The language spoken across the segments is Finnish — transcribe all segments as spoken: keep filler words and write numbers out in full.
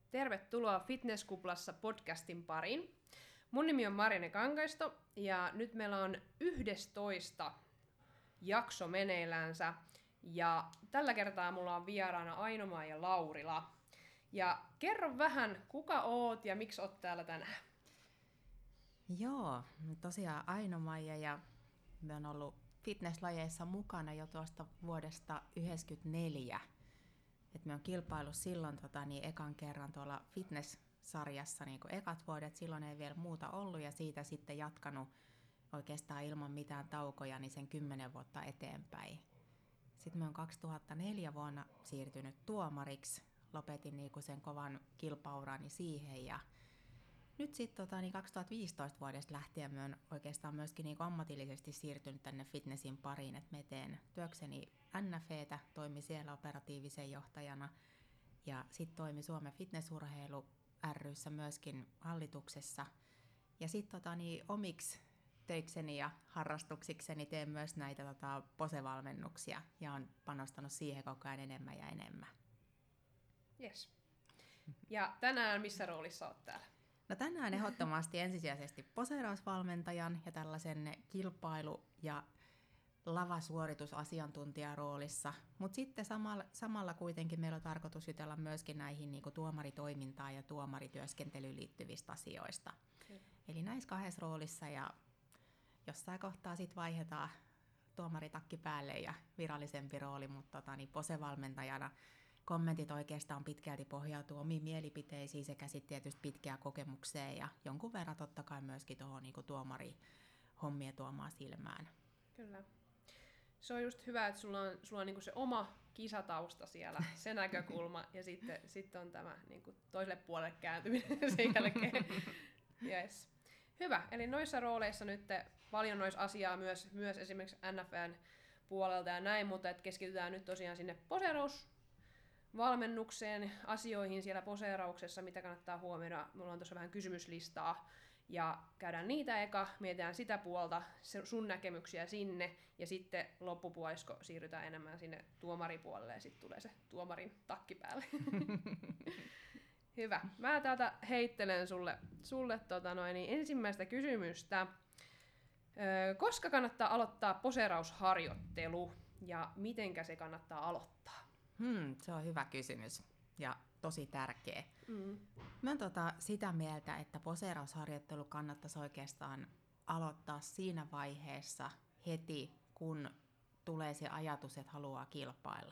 Tervetuloa Fitnesskuplassa podcastin pariin. Mun nimi on Marianne Kankaisto ja nyt meillä on yhdestoista jakso meneillänsä. Ja tällä kertaa mulla on vieraana Aino ja Laurila. Ja kerro vähän, kuka oot ja miksi oot täällä tänään? Joo, tosiaan Aino-Maija ja me on ollut fitnesslajeissa mukana jo tuosta vuodesta yhdeksänkymmentäneljä. Et me on kilpailu silloin tota, niin ekan kerran tuolla fitness-sarjassa niin kuin ekat vuodet, silloin ei vielä muuta ollut ja siitä sitten jatkanut oikeastaan ilman mitään taukoja niin sen kymmenen vuotta eteenpäin. Sitten me on kaksituhattaneljä vuonna siirtynyt tuomariksi, lopetin niin kuin sen kovan kilpaurani siihen ja nyt sitten tota, niin kaksituhattaviisitoista vuodesta lähtien mä oon oikeastaan myöskin niin ammatillisesti siirtynyt tänne fitnessin pariin, että mä teen työkseni N F E:tä, toimin siellä operatiivisen johtajana ja sitten toimin Suomen fitnessurheilu ry:ssä myöskin hallituksessa. Ja sitten tota, niin omiksi töikseni ja harrastuksikseni teen myös näitä tota, posevalmennuksia ja on panostanut siihen koko ajan enemmän ja enemmän. Yes. Ja tänään missä roolissa oot täällä? No tänään ehdottomasti ensisijaisesti poseerausvalmentajan ja tällaisen kilpailu- ja lavasuoritusasiantuntijan roolissa, mutta sitten samalla, samalla kuitenkin meillä on tarkoitus jutella myöskin näihin niin kuin tuomaritoimintaan ja tuomarityöskentelyyn liittyvistä asioista. Okay. Eli näissä kahdessa roolissa ja jossain kohtaa sitten vaihdetaan tuomaritakki päälle ja virallisempi rooli, mutta tota, niin posevalmentajana kommentit oikeastaan pitkälti pohjautuu omiin mielipiteisiin sekä sitten tietysti pitkään kokemukseen ja jonkun verran totta kai myöskin tuohon niin tuomarihommia tuomaan silmään. Kyllä. Se on just hyvä, että sulla on, sulla on niin se oma kisatausta siellä, se näkökulma, ja sitten, sitten on tämä niin toiselle puolelle kääntyminen sen jälkeen. Yes. Hyvä, eli noissa rooleissa nyt paljon noissa asiaa myös, myös esimerkiksi N F N puolelta ja näin, mutta et keskitytään nyt tosiaan sinne poseeraus valmennukseen, asioihin siellä poseerauksessa, mitä kannattaa huomioida. Mulla on tuossa vähän kysymyslistaa ja käydään niitä eka, mietitään sitä puolta, sun näkemyksiä sinne ja sitten loppupuolisko siirrytään enemmän sinne tuomaripuolelle ja sitten tulee se tuomarin takki päälle. Hyvä. Mä täältä heittelen sulle, sulle tota noin, niin ensimmäistä kysymystä. Öö, koska kannattaa aloittaa poseerausharjoittelu ja mitenkä se kannattaa aloittaa? Hmm, se on hyvä kysymys ja tosi tärkeä. Mm. Mä oon tota sitä mieltä, että poseerausharjoittelu kannattaisi oikeastaan aloittaa siinä vaiheessa heti, kun tulee se ajatus, että haluaa kilpailla.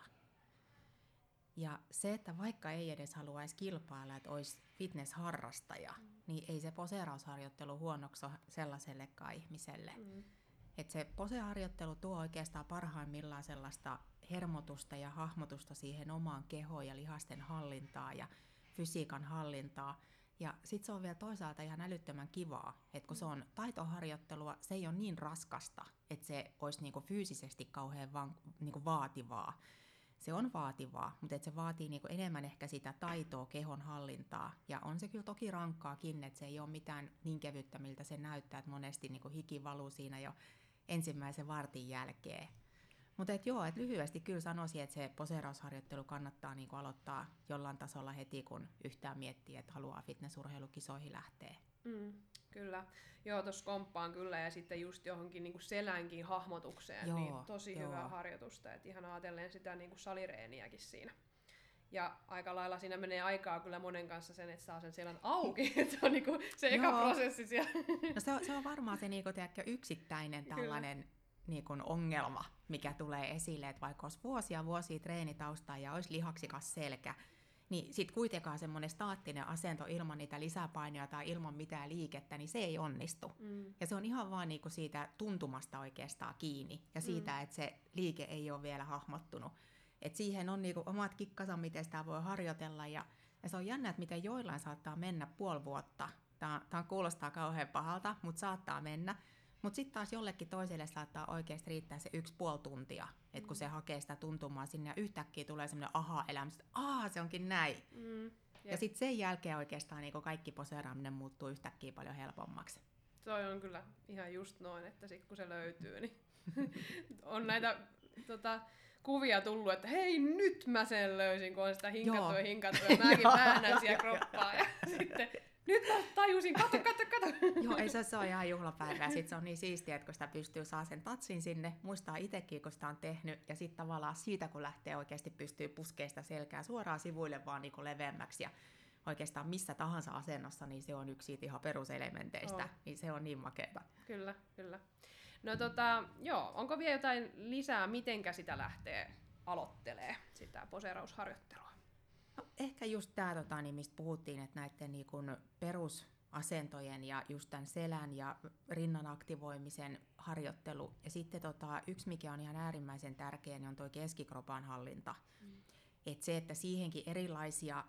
Ja se, että vaikka ei edes haluaisi kilpailla, että olisi fitness-harrastaja, mm. niin ei se poseerausharjoittelu huonoksi ole sellaisellekaan ihmiselle. Mm. Että se poseharjoittelu tuo oikeastaan parhaimmillaan sellaista hermotusta ja hahmotusta siihen omaan kehoon ja lihasten hallintaa ja fysiikan hallintaa. Ja sitten se on vielä toisaalta ihan älyttömän kivaa, että kun se on taitoharjoittelua, se ei ole niin raskasta, että se olisi niinku fyysisesti kauhean vaan, niinku vaativaa. Se on vaativaa, mutta et se vaatii niinku enemmän ehkä sitä taitoa, kehon hallintaa. Ja on se kyllä toki rankkaakin, että se ei ole mitään niin kevyttä, miltä se näyttää, että monesti niinku hiki valuu siinä jo ensimmäisen vartin jälkeen. Mutta et joo, et lyhyesti kyllä sanoisin, että se poseerausharjoittelu kannattaa niinku aloittaa jollain tasolla heti, kun yhtään miettii, että haluaa fitnessurheilukisoihin lähteä. Mm, kyllä. Joo, tuossa komppaan kyllä ja sitten just johonkin niinku selänkin hahmotukseen, joo, niin tosi joo. Hyvää harjoitusta. Et ihan ajatellen sitä niinku salireeniäkin siinä. Ja aika lailla siinä menee aikaa kyllä monen kanssa sen, että saa sen selän auki. Se on niinku se eka joo. prosessi siellä. No se on, se on varmaan se niinku, tiedätkö, yksittäinen tällainen niinku ongelma, mikä tulee esille, että vaikka olisi vuosia vuosia treenitaustaa ja olisi lihaksikas selkä, niin sitten kuitenkaan semmoinen staattinen asento ilman niitä lisäpainoja tai ilman mitään liikettä, niin se ei onnistu. Mm. Ja se on ihan vaan niinku siitä tuntumasta oikeastaan kiinni ja siitä, mm. että se liike ei ole vielä hahmottunut. Et siihen on niinku omat kikkansa, miten sitä voi harjoitella ja, ja se on jännä, että miten joillain saattaa mennä puoli vuotta. Tämä, tämä kuulostaa kauhean pahalta, mutta saattaa mennä. Mutta sitten taas jollekin toiselle saattaa oikeasti riittää se yksi puoli tuntia, että mm. kun se hakee sitä tuntumaa sinne ja yhtäkkiä tulee semmoinen aha-elämys, että aah, se onkin näin. Mm. Ja sitten sen jälkeen oikeastaan niin kaikki poseeraaminen muuttuu yhtäkkiä paljon helpommaksi. Se on kyllä ihan just noin, että sitten kun se löytyy, niin on näitä tota, kuvia tullut, että hei, nyt mä sen löysin, kun on sitä hinkattua ja hinkattua, ja mäkin Joo, väännän joo, siellä joo, kroppaa. Ja sitten, nyt mä tajusin, kato, kato, kato. Joo, ei se, se on ihan juhlapäivä. Ja sitten se on niin siistiä, että kun sitä pystyy saa sen tatsin sinne, muistaa itsekin, kun sitä on tehnyt. Ja sitten tavallaan siitä, kun lähtee oikeasti pystyy puskemaan sitä selkää suoraan sivuille vaan niin kuin leveämmäksi. Ja oikeastaan missä tahansa asennossa, niin se on yksi siitä ihan peruselementeistä. Oh. Niin se on niin makeeta. Kyllä, kyllä. No tota, joo, onko vielä jotain lisää, mitenkä sitä lähtee aloittelee, sitä poseerausharjoittelua? No, ehkä just tämä, tota, niin mistä puhuttiin, että näiden niin kun perusasentojen ja just tämän selän ja rinnan aktivoimisen harjoittelu. Ja sitten tota, yksi, mikä on ihan äärimmäisen tärkeä, niin on tuo keskikropan hallinta. Mm. Että se, että siihenkin erilaisia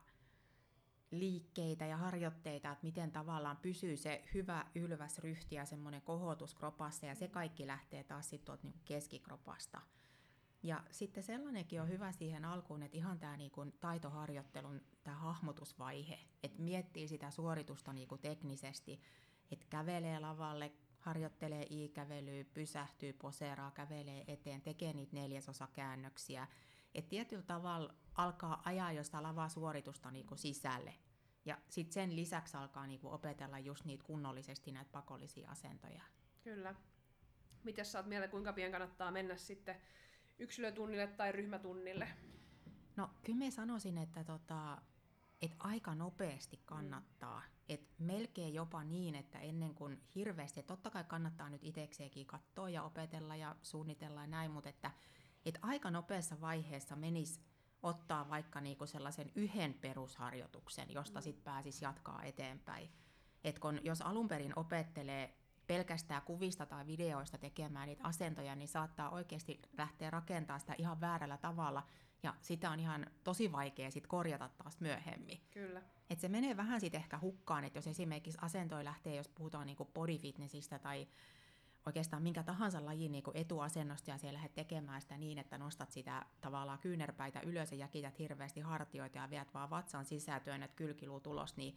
liikkeitä ja harjoitteita, että miten tavallaan pysyy se hyvä ylväs ryhti ja semmoinen kohotus kropassa, ja se kaikki lähtee taas sitten tuolta niin keskikropasta. Ja sitten sellainenkin on hyvä siihen alkuun, että ihan tämä niinku taitoharjoittelun tämä hahmotusvaihe, että miettii sitä suoritusta niinku teknisesti, että kävelee lavalle, harjoittelee i-kävelyä, pysähtyy, poseeraa, kävelee eteen, tekee niitä neljäsosakäännöksiä, että tietyllä tavalla alkaa ajaa jo sitä lavasuoritusta niinku sisälle. Ja sitten sen lisäksi alkaa niinku opetella just niitä kunnollisesti näitä pakollisia asentoja. Kyllä. Mites sä oot mieltä, kuinka pian kannattaa mennä sitten yksilötunnille tai ryhmätunnille? No kyllä mä sanoisin, että, tota, että aika nopeasti kannattaa. Mm. Et melkein jopa niin, että ennen kuin hirveästi, totta kai kannattaa nyt itsekseenkin katsoa ja opetella ja suunnitella ja näin, mutta että, että aika nopeassa vaiheessa menisi ottaa vaikka niinku sellaisen yhden perusharjoituksen, josta mm. sitten pääsisi jatkaa eteenpäin. Et kun, jos alun perin opettelee pelkästään kuvista tai videoista tekemään niitä asentoja, niin saattaa oikeasti lähteä rakentamaan sitä ihan väärällä tavalla, ja sitä on ihan tosi vaikea sit korjata taas myöhemmin. Kyllä. Et se menee vähän sit ehkä hukkaan, että jos esimerkiksi asentoja lähtee, jos puhutaan niinku body fitnessistä tai oikeastaan minkä tahansa lajin niinku etuasennosta, ja siellä lähdet tekemään sitä niin, että nostat sitä tavallaan kyynärpäitä ylös ja jäkität hirveästi hartioita ja viet vaan vatsan sisään, työnnät kylkiluut ulos, niin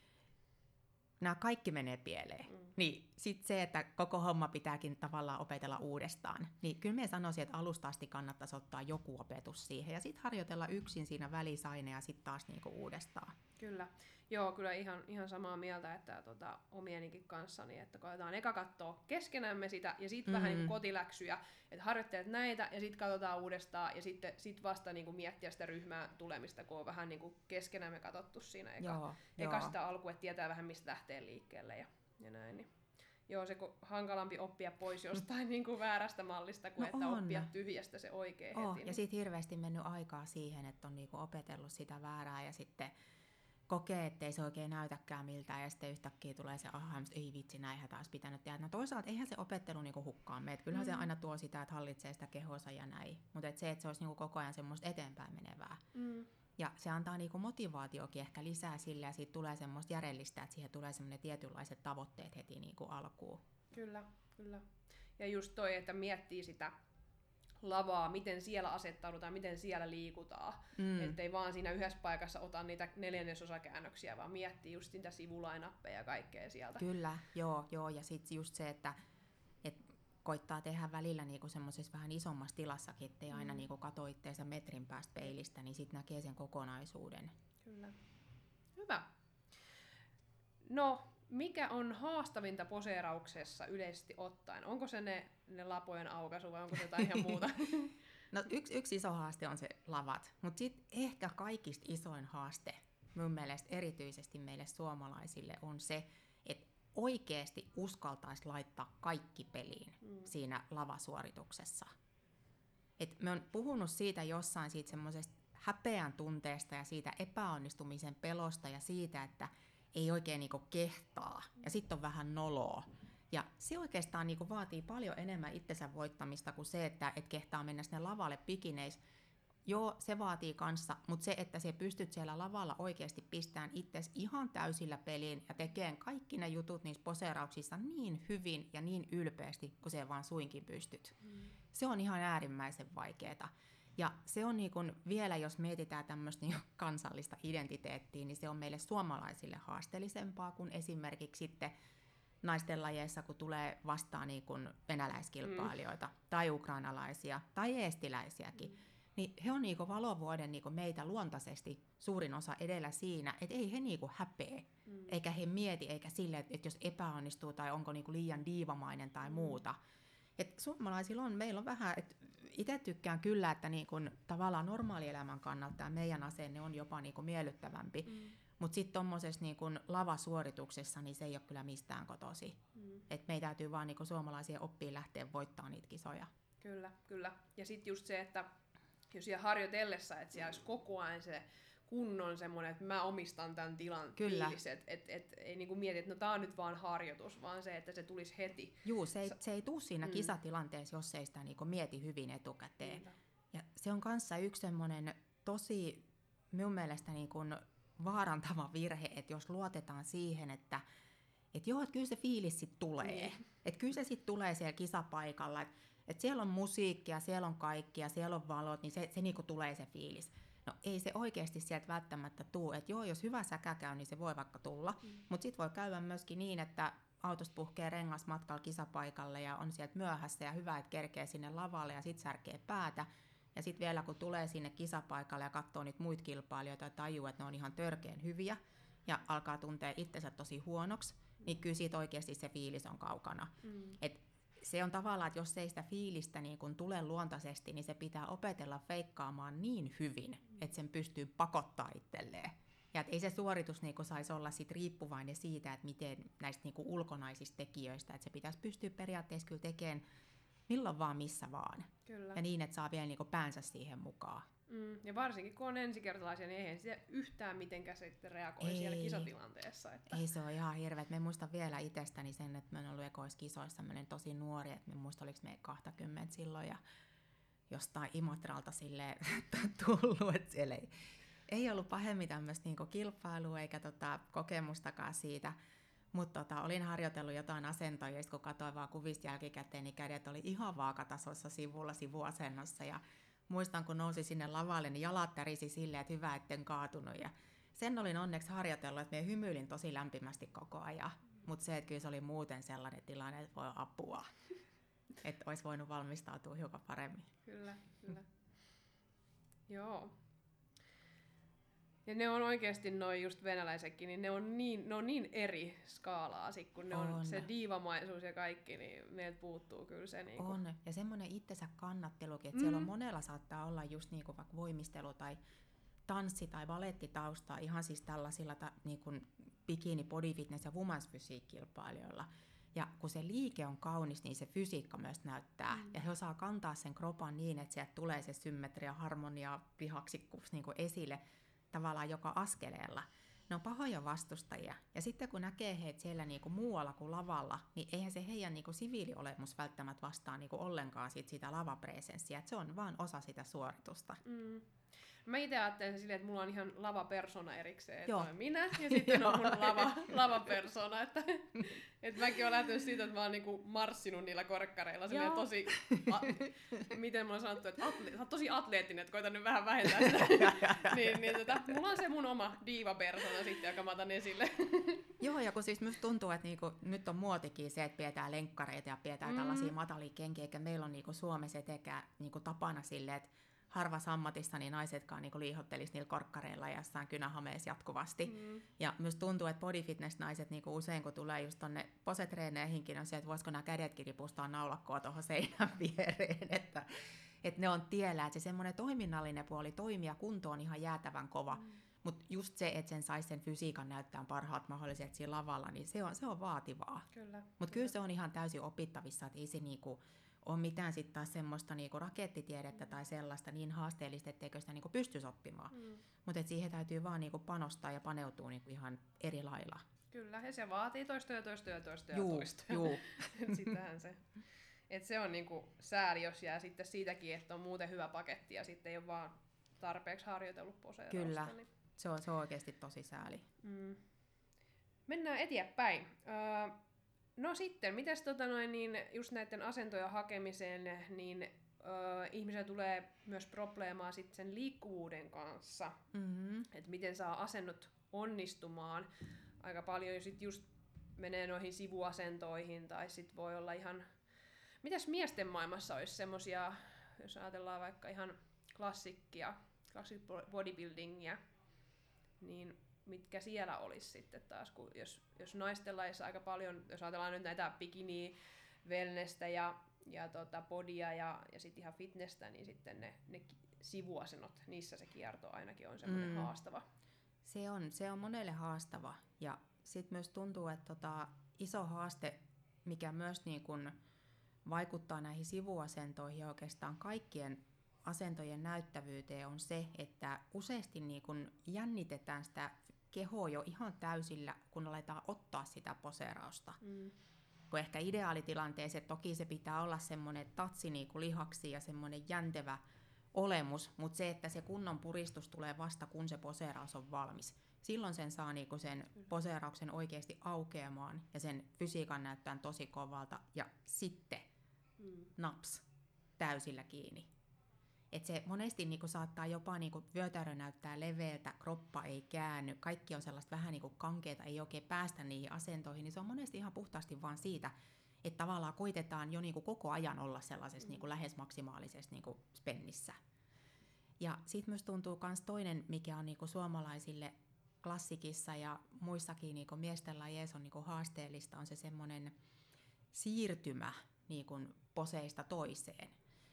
nämä kaikki menee pieleen. Mm. Niin sitten se, että koko homma pitääkin tavallaan opetella uudestaan. Niin kyllä minä sanoisin, että alusta asti kannattaisi ottaa joku opetus siihen. Ja sitten harjoitella yksin siinä välissä ja sitten taas niinku uudestaan. Kyllä. Joo, kyllä ihan, ihan samaa mieltä, että tota, omienikin kanssa, niin että koetaan eka katsoa keskenämme sitä, ja sitten mm-hmm. vähän niin kuin kotiläksyjä, että harjoittelet näitä, ja sitten katsotaan uudestaan, ja sitten sit vasta niin kuin miettiä sitä ryhmää tulemista, kun on vähän niin kuin keskenämme katsottu siinä eka, joo, eka joo. sitä alkuun, että tietää vähän mistä lähtee liikkeelle, ja, ja näin. Niin. Joo, se kun hankalampi oppia pois jostain niin kuin väärästä mallista, kuin no että on. oppia tyhjästä se oikein oh, heti. Ja niin. sitten hirveästi mennyt aikaa siihen, että on niin kuin opetellut sitä väärää, ja sitten kokee, ettei se oikein näytäkään miltään, ja sitten yhtäkkiä tulee se, aha, ei vitsi, näinhän taas pitänyt tehdä. No toisaalta eihän se opettelu niinku hukkaan mene. Kyllähän mm. se aina tuo sitä, että hallitsee sitä kehosa ja näin. Mutta et se, että se olisi niinku koko ajan semmoista eteenpäin menevää. Mm. Ja se antaa niinku motivaatiokin ehkä lisää sille, ja siitä tulee semmoista järjellistä, että siihen tulee semmoinen tietynlaiset tavoitteet heti niinku alkuun. Kyllä, kyllä. Ja just toi, että miettii sitä lavaa, miten siellä asettaudutaan, miten siellä liikutaan. Mm. Ettei vaan siinä yhdessä paikassa ota niitä neljännesosakäännöksiä, vaan miettii just niitä sivulainappeja ja kaikkea sieltä. Kyllä, joo, joo. Ja sitten just se, että et koittaa tehdä välillä niinku semmoisessa vähän isommassa tilassakin, ettei mm. aina niinku kato itteensä metrin päästä peilistä, niin sitten näkee sen kokonaisuuden. Kyllä. Hyvä. No, mikä on haastavinta poseerauksessa yleisesti ottaen? Onko se ne, ne lapojen aukaisu vai onko se jotain ihan muuta? No yksi, yksi iso haaste on se lavat, mutta sitten ehkä kaikista isoin haaste mun mielestä erityisesti meille suomalaisille on se, että oikeasti uskaltaisi laittaa kaikki peliin mm. siinä lavasuorituksessa. Et mä oon puhunut siitä jossain siitä semmoisesta häpeän tunteesta ja siitä epäonnistumisen pelosta ja siitä, että ei oikein niinku kehtaa, ja sitten on vähän noloa. Ja se oikeastaan niinku vaatii paljon enemmän itsensä voittamista kuin se, että et kehtaa mennä sinne lavalle pikineis. Joo, se vaatii kanssa, mutta se, että sä pystyt siellä lavalla oikeasti pistämään itsesi ihan täysillä peliin ja tekemään kaikki ne jutut niissä poseerauksissa niin hyvin ja niin ylpeästi, kuin se vaan suinkin pystyt. Mm. Se on ihan äärimmäisen vaikeeta. Ja se on niin kun vielä, jos mietitään tämmöistä niin kansallista identiteettiä, niin se on meille suomalaisille haasteellisempaa kuin esimerkiksi sitten naisten lajeissa, kun tulee vastaan niin kun venäläiskilpailijoita mm. tai ukrainalaisia tai eestiläisiäkin. Mm. niin he on niinku valovuoden niinku meitä luontaisesti suurin osa edellä siinä, että ei he niinku häpeä, mm. eikä he mieti, eikä sille, että et jos epäonnistuu tai onko niinku liian diivamainen tai mm. muuta. Et suomalaisilla on, meillä on vähän, että itse tykkään kyllä, että niinku, tavallaan normaalielämän kannalta tämä meidän asenne on jopa niinku miellyttävämpi, mm. mutta sitten tuommoisessa niinku lavasuorituksessa niin se ei ole kyllä mistään kotosi. Mm. Et meidän täytyy vaan niinku suomalaisia oppia lähteä voittamaan niitä kisoja. Kyllä, kyllä. Ja sitten just se, että jos siellä harjoitellessa, että siellä olisi koko ajan se kunnon semmoinen, että mä omistan tämän tilan fiilis, että et, et, ei niinku mieti, että no tää on nyt vaan harjoitus, vaan se, että se tulisi heti. Juu, se ei, se ei tule siinä mm. kisatilanteessa, jos ei sitä niinku mieti hyvin etukäteen. Mm. Ja se on kanssa yksi semmoinen tosi minun mielestä niinku vaarantava virhe, että jos luotetaan siihen, että et joo, että kyllä se fiilis sitten tulee. Mm. Että kyllä se sitten tulee siellä kisapaikalla, että et siellä on musiikkia, siellä on kaikkia, siellä on valot, niin se, se niinku tulee se fiilis. No ei se oikeasti sieltä välttämättä tule, että joo, jos hyvä säkä käy, niin se voi vaikka tulla, mm. mutta sitten voi käydä myöskin niin, että autosta puhkee rengas matkalla kisapaikalle ja on sieltä myöhässä ja hyvä, että kerkee sinne lavalle ja sitten särkee päätä. Ja sitten vielä kun tulee sinne kisapaikalle ja katsoo niitä muita kilpailijoita ja tajuu, että ne on ihan törkeän hyviä ja alkaa tuntea itsensä tosi huonoksi, mm. niin kyllä siitä oikeasti se fiilis on kaukana. Mm. Et se on tavallaan, että jos ei sitä fiilistä niin kun tule luontaisesti, niin se pitää opetella feikkaamaan niin hyvin, mm. että sen pystyy pakottaa itselleen. Ja et ei se suoritus niin kun saisi olla sit riippuvainen siitä, että miten näistä niin kun ulkonaisista tekijöistä, että se pitäisi pystyä periaatteessa kyllä tekemään milloin vaan, missä vaan. Kyllä. Ja niin, että saa vielä niin kun päänsä siihen mukaan. Mm, ja varsinkin kun on ensikertalaisia, niin eihän sitä yhtään mitenkään sitten reagoi ei, siellä kisatilanteessa. Että... Ei, se on ihan hirveä. Me muistan vielä itsestäni sen, että mä oon ollut ekoissa kisoissa tosi nuori, että me muistan, oliko me kaksikymmentä silloin ja jostain Imatralta silleen tullut, että siellä ei, ei ollut pahemmin tämmöistä niinku kilpailua eikä tota kokemustakaan siitä. Mutta tota, olin harjoitellut jotain asentoja, ja kun katsoin vaan kuvista jälkikäteen, niin kädet oli ihan vaakatasossa sivulla sivuasennossa. Ja muistan, kun nousi sinne lavalle, niin jalat tärisi silleen, että hyvä, etten kaatunut. Ja sen olin onneksi harjoitellut, että minä hymyilin tosi lämpimästi koko ajan. Mutta se, että kyllä se oli muuten sellainen tilanne, että voi apua. Että olisi voinut valmistautua hiukan paremmin. Kyllä, kyllä. Joo. Ja ne on oikeasti noin just venäläisetkin, niin ne on niin, ne on niin eri skaalaa, sit, kun ne on. on se diivamaisuus ja kaikki, niin meiltä puuttuu kyllä se. Niin on, ja semmoinen itsensä kannattelukin, että mm. siellä on monella saattaa olla just niin kuin vaikka voimistelu tai tanssi- tai balettitausta, ihan siis tällaisilla ta, niin kuin bikini, body fitness ja women's fysiikkilpailijoilla. Ja kun se liike on kaunis, niin se fysiikka myös näyttää. Mm. Ja he osaa kantaa sen kropan niin, että sieltä tulee se symmetria, harmonia, lihaksikkuus niin kuin esille tavallaan joka askeleella. Ne on pahoja vastustajia. Ja sitten kun näkee heitä siellä niinku muualla kuin lavalla, niin eihän se heidän niinku siviiliolemus välttämättä vastaa niinku ollenkaan siitä, sitä lavapresenssiä. Et se on vaan osa sitä suoritusta. Mm. Mä itse ajattelen silleen, että mulla on ihan lava-persona erikseen, että on minä ja sitten on mun lava, lava-persona. Että, että mäkin olen lähtenyt siitä, että mä oon niinku marssinut niillä korkkareilla silleen tosi, a, miten mä oon sanottu, että atle, sä oot tosi atleettinen, että koitan nyt vähän vähentää sitä. niin, niin, tota, mulla on se mun oma diiva-persona sitten, joka mä otan esille. Joo, ja kun siis myös tuntuu, että niinku, nyt on muotikin se, että pidetään lenkkareita ja pidetään mm. tällaisia matalia kenkiä, eikä meillä on niinku Suomessa etenkään niinku tapana silleen, että harvassa ammatissa niin naisetkaan niin liihottelisi niillä korkkareilla ja jossain kynähameissa jatkuvasti. Mm. Ja myös tuntuu, että body fitness-naiset niin usein kun tulee just tonne posetreeneihinkin, on se, että voisiko nämä kädetkin ripustaa naulakkoa tuohon seinän viereen. Että, että ne on tiellä, että se semmoinen toiminnallinen puoli toimia kunto on ihan jäätävän kova. Mm. Mutta just se, että sen saisi sen fysiikan näyttää parhaat mahdolliset siinä lavalla, niin se on, se on vaativaa. Mutta kyllä se on ihan täysin opittavissa, että ei se niinku on mitään sitten taas semmoista niinku rakettitiedettä tai sellaista niin haasteellista, etteikö sitä niinku pystyisi oppimaan. Mm. Mutta siihen täytyy vaan niinku panostaa ja paneutua niinku ihan eri lailla. Kyllä, ja se vaatii toistoja, toistoja, toistoja, juu, toistoja. Juu. Sitähän se. Et se on niinku sääli, jos jää sitten siitäkin, että on muuten hyvä paketti ja sitten ei ole vaan tarpeeksi harjoitellut poseerausta. Kyllä, niin. se, on, se on oikeasti tosi sääli. Mm. Mennään eteenpäin. Öö, No sitten, mites tota noin, niin just näiden asentojen hakemiseen, niin ö, ihmisellä tulee myös probleemaa sit sen liikkuvuuden kanssa. Mm-hmm. Että miten saa asennot onnistumaan. Aika paljon sit just menee noihin sivuasentoihin, tai sit voi olla ihan... Mitäs miesten maailmassa olisi semmosia, jos ajatellaan vaikka ihan klassikkia, classic bodybuildingia, niin mitkä siellä olisi sitten taas, kun jos, jos naisten lajissa aika paljon, jos ajatellaan nyt näitä bikini, wellnessä ja, ja tota bodia ja, ja sitten ihan fitnessä, niin sitten ne, ne sivuasennot, niissä se kierto ainakin on semmoinen mm. haastava. Se on, se on monelle haastava ja sitten myös tuntuu, että tota, iso haaste, mikä myös niin kun vaikuttaa näihin sivuasentoihin ja oikeastaan kaikkien asentojen näyttävyyteen on se, että useasti niin kun jännitetään sitä kehoa jo ihan täysillä, kun aletaan ottaa sitä poseerausta. Mm. Kun ehkä ideaalitilanteessa, toki se pitää olla semmoinen tatsi niin kuin lihaksi ja semmoinen jäntevä olemus, mutta se, että se kunnon puristus tulee vasta, kun se poseeraus on valmis. Silloin sen saa niinku sen poseerauksen oikeasti aukeamaan ja sen fysiikan näyttää tosi kovalta ja sitten mm. naps, täysillä kiinni. Et se monesti niinku saattaa jopa niinku vyötärö näyttää leveältä, kroppa ei käänny, kaikki on sellaista vähän niinku kankeeta, ei oikein päästä niihin asentoihin, niin se on monesti ihan puhtaasti vaan siitä, että tavallaan koitetaan jo niinku koko ajan olla sellaisessa mm. niinku lähes maksimaalisessa niinku spennissä. Ja sitten myös tuntuu myös toinen, mikä on niinku suomalaisille klassikissa ja muissakin niinku miesten lajeissa on niinku haasteellista, on se semmoinen siirtymä niinku poseista toiseen.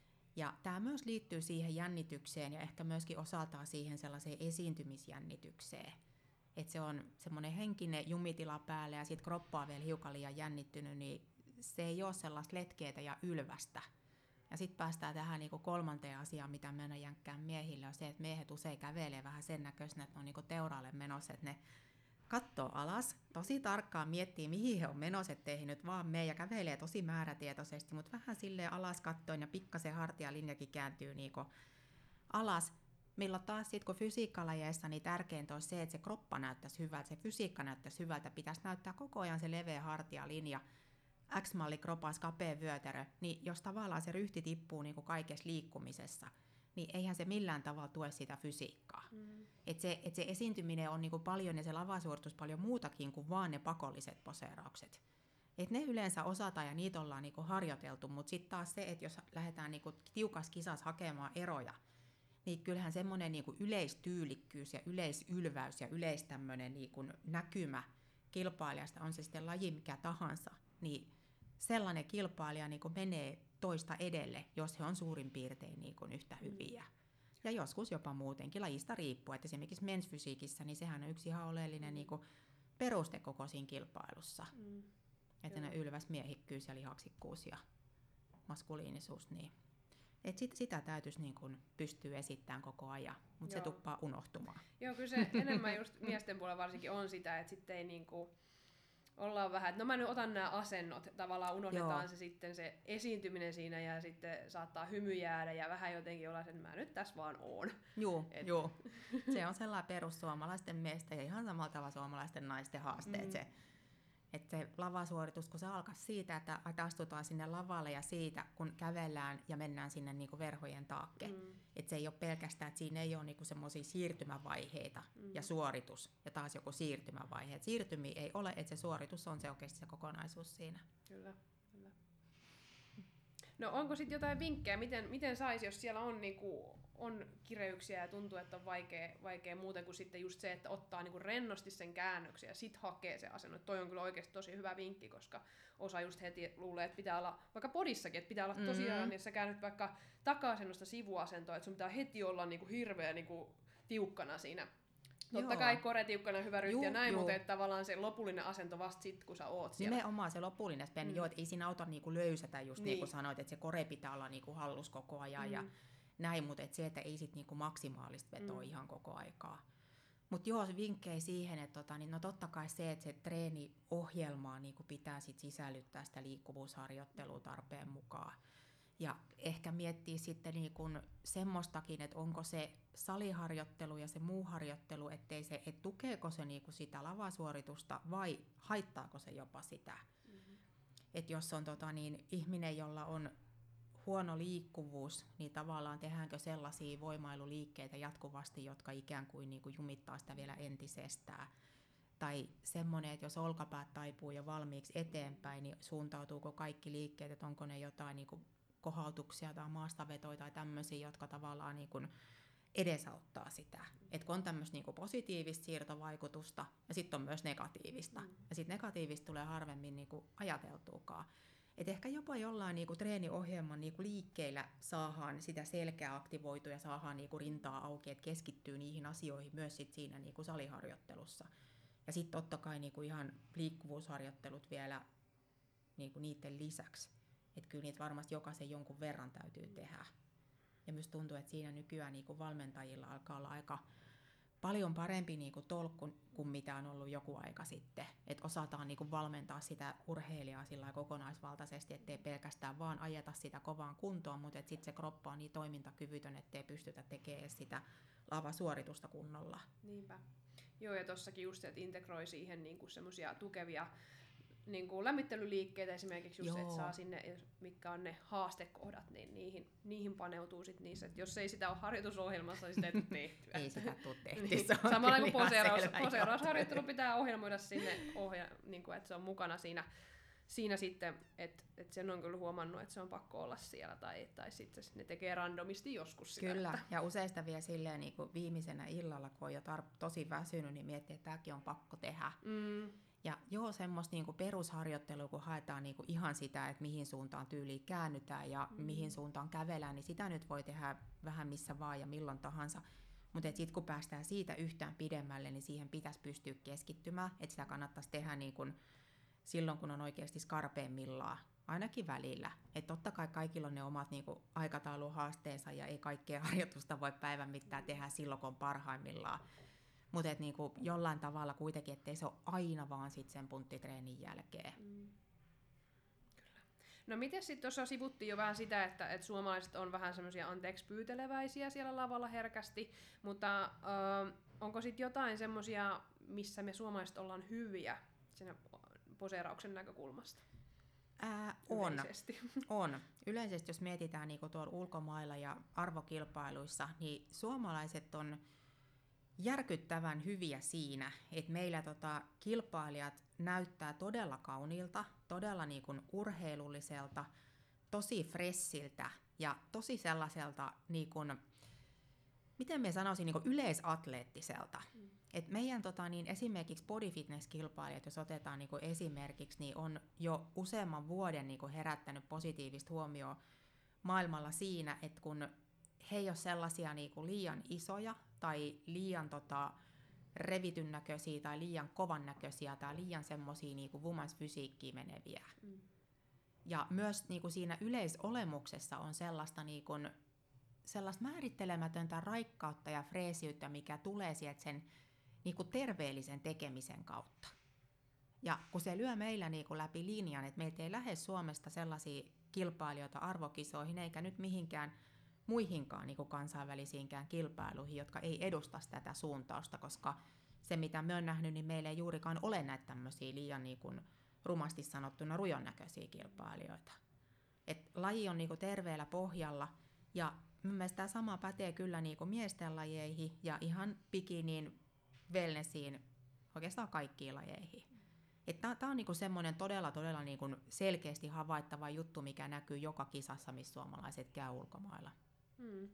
Ja tämä myös liittyy siihen jännitykseen ja ehkä myöskin osaltaan siihen sellaiseen esiintymisjännitykseen. Että se on semmoinen henkinen jumitila päällä ja sitten kroppa on vielä hiukan liian jännittynyt, niin se ei ole sellaista letkeätä ja ylvästä. Ja sitten päästään tähän niinku kolmanteen asiaan, mitä mennä jänkkään miehille, on se, että miehet usein kävelee vähän sen näköisenä, että ne on niinku teuraalle menossa, että ne katsoo alas, tosi tarkkaan miettii, mihin he on menossa, ettei he nyt vaan mene ja kävelee tosi määrätietoisesti, mutta vähän silleen alas kattoin ja pikkasen hartialinjakin kääntyy niinku alas. Milloin taas sitten kun fysiikkalajeissa, niin tärkeintä on se, että se kroppa näyttäisi hyvältä, se fysiikka näyttäisi hyvältä, pitäisi näyttää koko ajan se leveä hartialinja, X-malli kropas, kapea vyötärö, niin jos tavallaan se ryhti tippuu niin kuin kaikessa liikkumisessa, niin eihän se millään tavalla tue sitä fysiikkaa. Mm. Et se, et se esiintyminen on niin kuin paljon ja se lavasuoritus paljon muutakin kuin vaan ne pakolliset poseeraukset. Et ne yleensä osataan ja niitä ollaan niin kuin harjoiteltu, mutta sitten taas se, että jos lähdetään niin kuin tiukassa kisassa hakemaan eroja, niin kyllähän semmoinen niin kuin yleistyylikkyys ja yleisylväys ja yleis tämmöinen niin kuin näkymä kilpailijasta, on se sitten laji mikä tahansa, niin sellainen kilpailija niin kuin menee toista edelle, jos he on suurin piirtein niin kuin yhtä hyviä. Ja joskus jopa muutenkin lajista riippuu. Että esimerkiksi mensfysiikissä, niin sehän on yksi ihan oleellinen niin kuin peruste koko siinä kilpailussa. Mm. Että ne ylväs miehikkyys ja lihaksikkuus ja maskuliinisuus. Niin. Et sit, sitä täytyisi niin kuin pystyä esittämään koko ajan, mutta se tuppaa unohtumaan. Joo, kyllä se enemmän just miesten puolella varsinkin on sitä, että sitten ei niin kuin ollaan vähän, että no mä nyt otan nämä asennot, tavallaan unohdetaan Joo. se sitten se esiintyminen siinä ja sitten saattaa hymy jäädä ja vähän jotenkin olla se, että mä nyt tässä vaan oon. Joo, Et... joo. Se on sellainen perussuomalaisten miesten ja ihan samalla tavalla suomalaisten naisten haaste, mm. että se, et se lavasuoritus, kun se alkaa siitä, että astutaan sinne lavalle ja siitä, kun kävellään ja mennään sinne niinku verhojen taakke. Mm. Että se ei ole pelkästään, että siinä ei ole niinku semmoisia siirtymävaiheita mm. ja suoritus ja taas joku siirtymävaihe. Et siirtymiä ei ole, että se suoritus on se oikeasti se kokonaisuus siinä. Kyllä, kyllä. No onko sitten jotain vinkkejä, miten, miten saisi, jos siellä on, niinku, on kireyksiä ja tuntuu, että on vaikea, vaikea muuten kuin sitten just se, että ottaa niinku rennosti sen käännöksen ja sitten hakee se asennon. Toi on kyllä oikeasti tosi hyvä vinkki, koska osa just heti luulee, että pitää olla, vaikka podissakin, että pitää olla tosiaan, mm-hmm. niin sä käännyt vaikka taka-asennosta sivuasentoa, että sun pitää heti olla niinku hirveä niinku tiukkana siinä. Totta Joo. kai kore tiukkana hyvä ryhti ja näin, mutta että tavallaan se lopullinen asento vasta sit, kun sä oot siellä. Nimenomaan se lopullinen spenni, mm. joo, että ei siinä auta niinku löysätä just niin. niin kuin sanoit, että se kore pitää olla niinku hallus koko ajan mm. ja näin, mutta et se, että ei sit niinku maksimaalista vetoa mm. ihan koko aikaa. Mutta joo, se vinkkejä siihen, että tota, niin no totta kai se, että se treeniohjelmaa niinku pitää sit sisällyttää sitä liikkuvuusharjoittelua tarpeen mukaan. Ja ehkä miettiä sitten niin kun semmoistakin, että onko se saliharjoittelu ja se muu harjoittelu, ettei se, et tukeeko se niin kun sitä lavasuoritusta vai haittaako se jopa sitä. Mm-hmm. Että jos on tota, niin, ihminen, jolla on huono liikkuvuus, niin tavallaan tehdäänkö sellaisia voimailuliikkeitä jatkuvasti, jotka ikään kuin, niin kuin jumittaa sitä vielä entisestään. Tai semmoinen, että jos olkapäät taipuu jo valmiiksi eteenpäin, niin suuntautuuko kaikki liikkeet, että onko ne jotain niin kuin kohautuksia tai maastavetoja tai tämmöisiä, jotka tavallaan niin kuin edesauttaa sitä. Että kun on tämmöistä niin kuin positiivista siirtovaikutusta ja sitten on myös negatiivista. Mm. Ja sitten negatiivista tulee harvemmin niin kuin ajateltuukaan. Et ehkä jopa jollain niinku treeniohjelman niinku liikkeillä saadaan sitä selkeää aktivoitua ja saadaan niinku rintaa auki, että keskittyy niihin asioihin myös sit siinä niinku saliharjoittelussa. Ja sitten totta kai niinku ihan liikkuvuusharjoittelut vielä niinku niiden lisäksi. Että kyllä niitä varmasti jokaisen jonkun verran täytyy tehdä. Ja myös tuntuu, että siinä nykyään niinku valmentajilla alkaa olla aika paljon parempi niinku tolkku kuin mitä on ollut joku aika sitten. Että osataan niinku valmentaa sitä urheilijaa sillä kokonaisvaltaisesti, ettei pelkästään vaan ajeta sitä kovaan kuntoon, mutta että sitten se kroppa on niin toimintakyvytön, ettei pystytä tekemään sitä lavasuoritusta kunnolla. Niinpä. Joo, ja tossakin just, että integroi siihen niinku semmoisia tukevia niinku lämmittelyliikkeitä esimerkiksi, just, että saa sinne, mitkä on ne haastekohdat, niin niihin, niihin paneutuu sit niissä. Et jos ei sitä ole harjoitusohjelmassa, niin sitä ei tule tehtyä. Ei sitä tule tehtyä. Niin. Samalla kuin poseeraus, poseerausharjoittelu pitää ohjelmoida sinne, ohja, niin kuin, että se on mukana siinä, siinä sitten, että, että sen on kyllä huomannut, että se on pakko olla siellä, tai, tai sitten ne tekee randomisti joskus sitä. Kyllä, että... ja useista vielä silleen niin kuin viimeisenä illalla, kun on jo tar- tosi väsynyt, niin miettii, että tämäkin on pakko tehdä. Mm. Ja joo, semmoista niinku perusharjoittelua, kun haetaan niinku ihan sitä, että mihin suuntaan tyyliin käännytään ja mm. mihin suuntaan kävelään, niin sitä nyt voi tehdä vähän missä vaan ja milloin tahansa. Mutta sitten kun päästään siitä yhtään pidemmälle, niin siihen pitäisi pystyä keskittymään, että sitä kannattaisi tehdä niinku silloin, kun on oikeasti skarpeimmillaan, ainakin välillä. Että totta kai kaikilla on ne omat niinku aikatauluhaasteensa ja ei kaikkea harjoitusta voi päivän mittaan tehdä silloin, kun on parhaimmillaan. Mutta niinku jollain tavalla kuitenkin, ettei se ole aina vaan sit sen punttitreenin jälkeen. Mm. Kyllä. No miten sitten tuossa sivuttiin jo vähän sitä, että et suomalaiset on vähän semmoisia anteeksi pyyteleväisiä siellä lavalla herkästi, mutta ö, onko sitten jotain semmoisia, missä me suomalaiset ollaan hyviä siinä poseerauksen näkökulmasta? Ää, on. Yleisesti. on. Yleisesti jos mietitään niinku tuolla ulkomailla ja arvokilpailuissa, niin suomalaiset on järkyttävän hyviä siinä, että meillä tota, kilpailijat näyttää todella kauniilta, todella niin kuin urheilulliselta, tosi fressiltä ja tosi sellaiselta, niin kuin, miten me sanoisin, niin kuin yleisatleettiselta. Mm. Et meidän tota, niin esimerkiksi bodyfitness-kilpailijat, jos otetaan niin kuin esimerkiksi, niin on jo useamman vuoden niin kuin herättänyt positiivista huomioon maailmalla siinä, että kun he ei ole sellaisia niin kuin liian isoja tai liian tota, revityn näköisiä tai liian kovan näköisiä tai liian semmoisia niin kuin women's fysiikkiin meneviä. Mm. Ja myös niin kuin siinä yleisolemuksessa on sellaista, niin kuin, sellaista määrittelemätöntä raikkautta ja freesiyttä, mikä tulee sieltä sen niin kuin terveellisen tekemisen kautta. Ja kun se lyö meillä niin kuin läpi linjan, että meiltä ei lähde Suomesta sellaisia kilpailijoita arvokisoihin eikä nyt mihinkään muihinkaan niin kuin kansainvälisiinkään kilpailuihin, jotka ei edusta tätä suuntausta, koska se mitä me on nähnyt, niin meillä ei juurikaan ole näitä tämmöisiä liian niin kuin rumasti sanottuna rujon näköisiä kilpailijoita. Et laji on niin kuin terveellä pohjalla ja mun mielestä tämä sama pätee kyllä niin kuin miesten lajeihin ja ihan bikiniin, wellnessiin, oikeastaan kaikkiin lajeihin. Tämä on niinku semmoinen todella, todella niinku selkeästi havaittava juttu, mikä näkyy joka kisassa, missä suomalaiset käy ulkomailla. Hmm.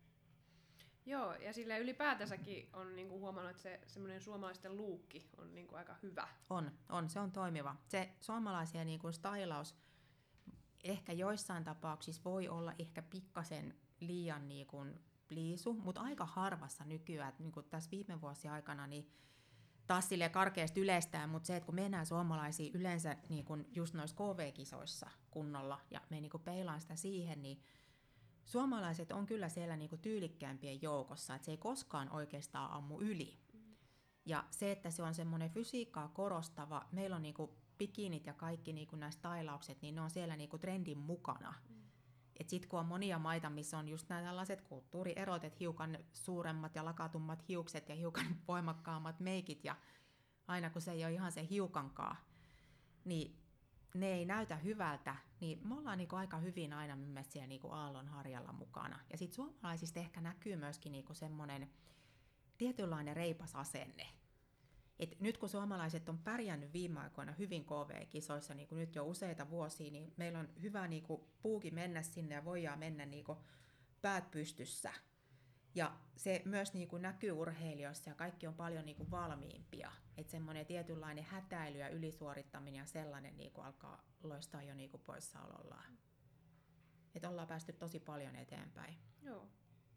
Joo, ja sillä ylipäätänsäkin on niinku huomannut, että se semmoinen suomalaisten luukki on niinku aika hyvä. On, on, se on toimiva. Se suomalaisen niinku stylaus ehkä joissain tapauksissa voi olla ehkä pikkasen liian niinku pliisu, mutta aika harvassa nykyään, niin kuin tässä viime vuosien aikana, niin taas silleen karkeasti yleistään, mutta se, että kun mennään suomalaisia yleensä niin kun just noissa K V-kisoissa kunnolla ja me niin kun peilaan sitä siihen, niin suomalaiset on kyllä siellä niin kun tyylikkäämpien joukossa, että se ei koskaan oikeastaan ammu yli. Mm. Ja se, että se on semmoinen fysiikkaa korostava, meillä on niin kun bikinit ja kaikki niin kun nämä stylaukset, niin ne on siellä niin kun trendin mukana. Mm. Et sit kun on monia maita, missä on just nämä tällaiset kulttuurierot, että hiukan suuremmat ja lakatummat hiukset ja hiukan voimakkaammat meikit ja aina kun se ei ole ihan se hiukankaan, niin ne ei näytä hyvältä, niin me ollaan niinku aika hyvin aina mun mielestä siellä niinku aallonharjalla mukana. Ja sit suomalaisista ehkä näkyy myöskin niinku semmoinen tietynlainen reipas asenne. Et nyt kun suomalaiset on pärjännyt viime aikoina hyvin K V-kisoissa, niin kuin nyt jo useita vuosia, niin meillä on hyvä niin kuin puuki mennä sinne ja voidaan mennä niin kuin päät pystyssä. Ja se myös niin kuin näkyy urheilijoissa ja kaikki on paljon niin kuin valmiimpia. Että semmoinen tietynlainen hätäily ja ylisuorittaminen ja sellainen niin kuin alkaa loistaa jo niin kuin poissaolollaan. Että ollaan päästy tosi paljon eteenpäin. Joo.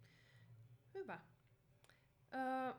Hyvä. Öö,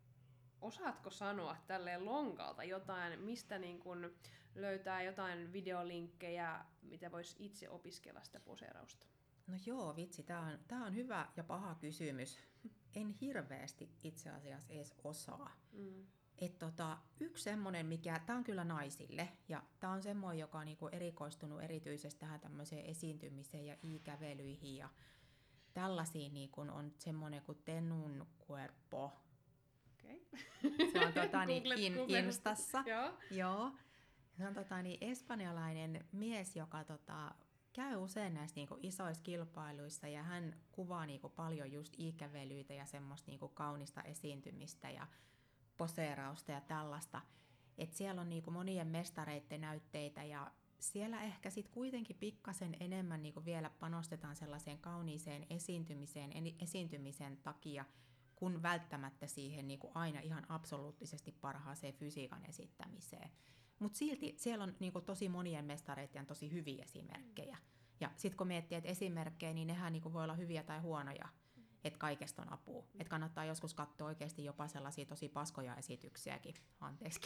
osaatko sanoa tälleen lonkalta jotain, mistä niin kun löytää jotain videolinkkejä, mitä voisi itse opiskella sitä poseerausta? No joo, vitsi, tää on, tää on hyvä ja paha kysymys. En hirveästi itse asiassa edes osaa. Mm. Et tota, yksi semmoinen, mikä, tää on kyllä naisille, ja tää on semmoinen, joka on niinku erikoistunut erityisesti tähän tämmöiseen esiintymiseen ja i-kävelyihin ja tällaisiin, niinku on semmoinen kuin Tenun Cuerpo. Okay. Se on tota, niin, Googlet, in, Googlet. Instassa. Joo. Joo. Se on tota, niin, espanjalainen mies, joka tota, käy usein näissä niinku isoissa kilpailuissa ja hän kuvaa niinku paljon just i-kävelyitä ja semmoista niinku kaunista esiintymistä ja poseerausta ja tällaista. Et siellä on niinku monien mestareiden näytteitä ja siellä ehkä sit kuitenkin pikkasen enemmän niinku vielä panostetaan sellaiseen kauniiseen esiintymiseen, esiintymisen takia, kun välttämättä siihen niinku aina ihan absoluuttisesti parhaaseen fysiikan esittämiseen. Mutta silti siellä on niinku tosi monien mestareiden tosi hyviä esimerkkejä. Ja sitten kun miettii, että esimerkkejä, niin nehän niinku voi olla hyviä tai huonoja, että kaikesta on apua. Että kannattaa joskus katsoa oikeasti jopa sellaisia tosi paskoja esityksiäkin, anteeksi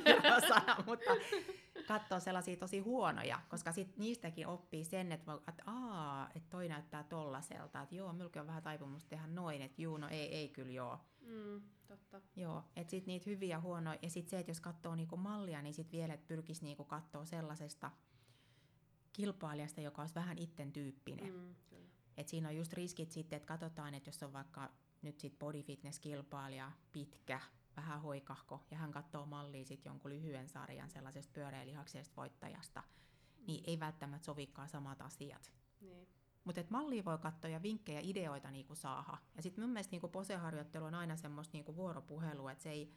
sana, mutta katsoa sellaisia tosi huonoja, koska sit niistäkin oppii sen, että, voi, että aah, että toi näyttää tollaselta, että joo, minullakin on vähän taipumusta tehdä noin, että juu, no ei, ei kyllä joo. Mm, totta. Joo, että sitten niitä hyviä huonoja, ja sitten se, että jos katsoo niinku mallia, niin sitten vielä, että pyrkisi niinku katsoa sellaisesta kilpailijasta, joka olisi vähän itten tyyppinen. Mm, et siinä on just riskit sitten, että katsotaan, että jos on vaikka nyt sit body fitness kilpailija, pitkä, vähän hoikahko, ja hän katsoo mallia sitten jonkun lyhyen sarjan sellaisesta pyöreälihaksesta voittajasta, mm. niin ei välttämättä sovikaan samat asiat. Niin. Mutta mallia voi katsoa ja vinkkejä, ideoita niinku saada. Ja sitten mun mielestä niinku poseharjoittelu on aina semmoista niinku vuoropuhelua, että se ei,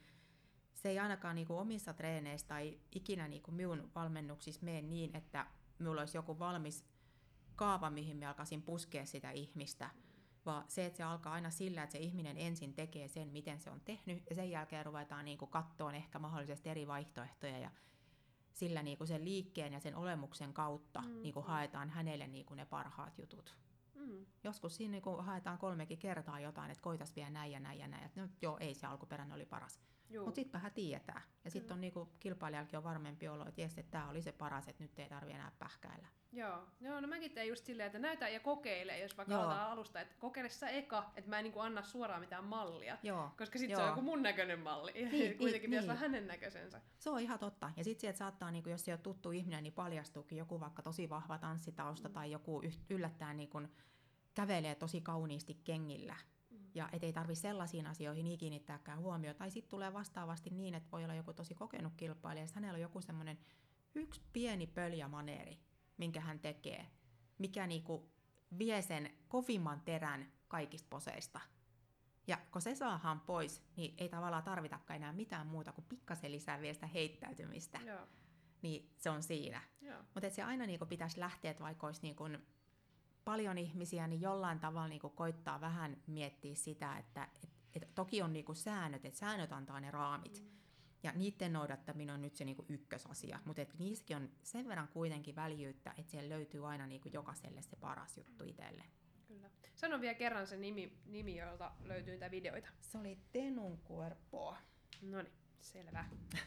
se ei ainakaan niinku omissa treeneissä tai ikinä niinku minun valmennuksissa mene niin, että minulla olisi joku valmis kaava, mihin me alkaisin puskea sitä ihmistä, vaan se, että se alkaa aina sillä, että se ihminen ensin tekee sen, miten se on tehnyt, ja sen jälkeen ruvetaan niinku kattoon ehkä mahdollisesti eri vaihtoehtoja, ja sillä niinku sen liikkeen ja sen olemuksen kautta mm, niinku haetaan hänelle niinku ne parhaat jutut. Mm. Joskus siinä niinku haetaan kolmekin kertaa jotain, että koitas vielä näin ja näin ja näin, että no, joo, ei se alkuperäinen oli paras. Mutta sitten hän tietää, ja sitten on niinku kilpailijallakin on varmempi olo, että jes, että tämä oli se paras, että nyt ei tarvitse enää pähkäillä. Joo, Joo no mäkin teen just silleen, että näytä ja kokeile, jos vaikka aloitetaan alusta, että kokeile sä eka, että mä en niinku anna suoraan mitään mallia, Joo. koska sitten se on joku mun näköinen malli, ja niin, kuitenkin pitäisi niin. olla hänen näköisensä. Se on ihan totta, ja sitten sieltä saattaa, niinku, jos ei ole tuttu ihminen, niin paljastuukin joku vaikka tosi vahva tanssitausta, mm. tai joku yllättäen niinku kävelee tosi kauniisti kengillä, mm. ja ettei tarvitse sellaisiin asioihin niin kiinnittääkään huomiota, tai sitten tulee vastaavasti niin, että voi olla joku tosi kokenut kilpailija, ja hänellä on joku semmoinen yksi pieni pöljämaneeri, minkä hän tekee, mikä niinku vie sen kovimman terän kaikista poseista. Ja kun se saadaan pois, niin ei tavallaan tarvitakaan enää mitään muuta kuin pikkasen lisää vielä sitä heittäytymistä. Joo. Niin se on siinä. Mutta se aina niinku pitäisi lähteä, että vaikka olisi niinku paljon ihmisiä, niin jollain tavalla niinku koittaa vähän miettiä sitä, että et, et toki on niinku säännöt, että säännöt antaa ne raamit. Mm. Ja niiden noudattaminen on nyt se niinku ykkösasia, mutta niissäkin on sen verran kuitenkin väljyyttä, että siellä löytyy aina niinku jokaiselle se paras juttu itselle. Kyllä. Sano vielä kerran se nimi, nimi jolta löytyy niitä videoita. Se oli Tenun Cuerpo. Noniin, selvä.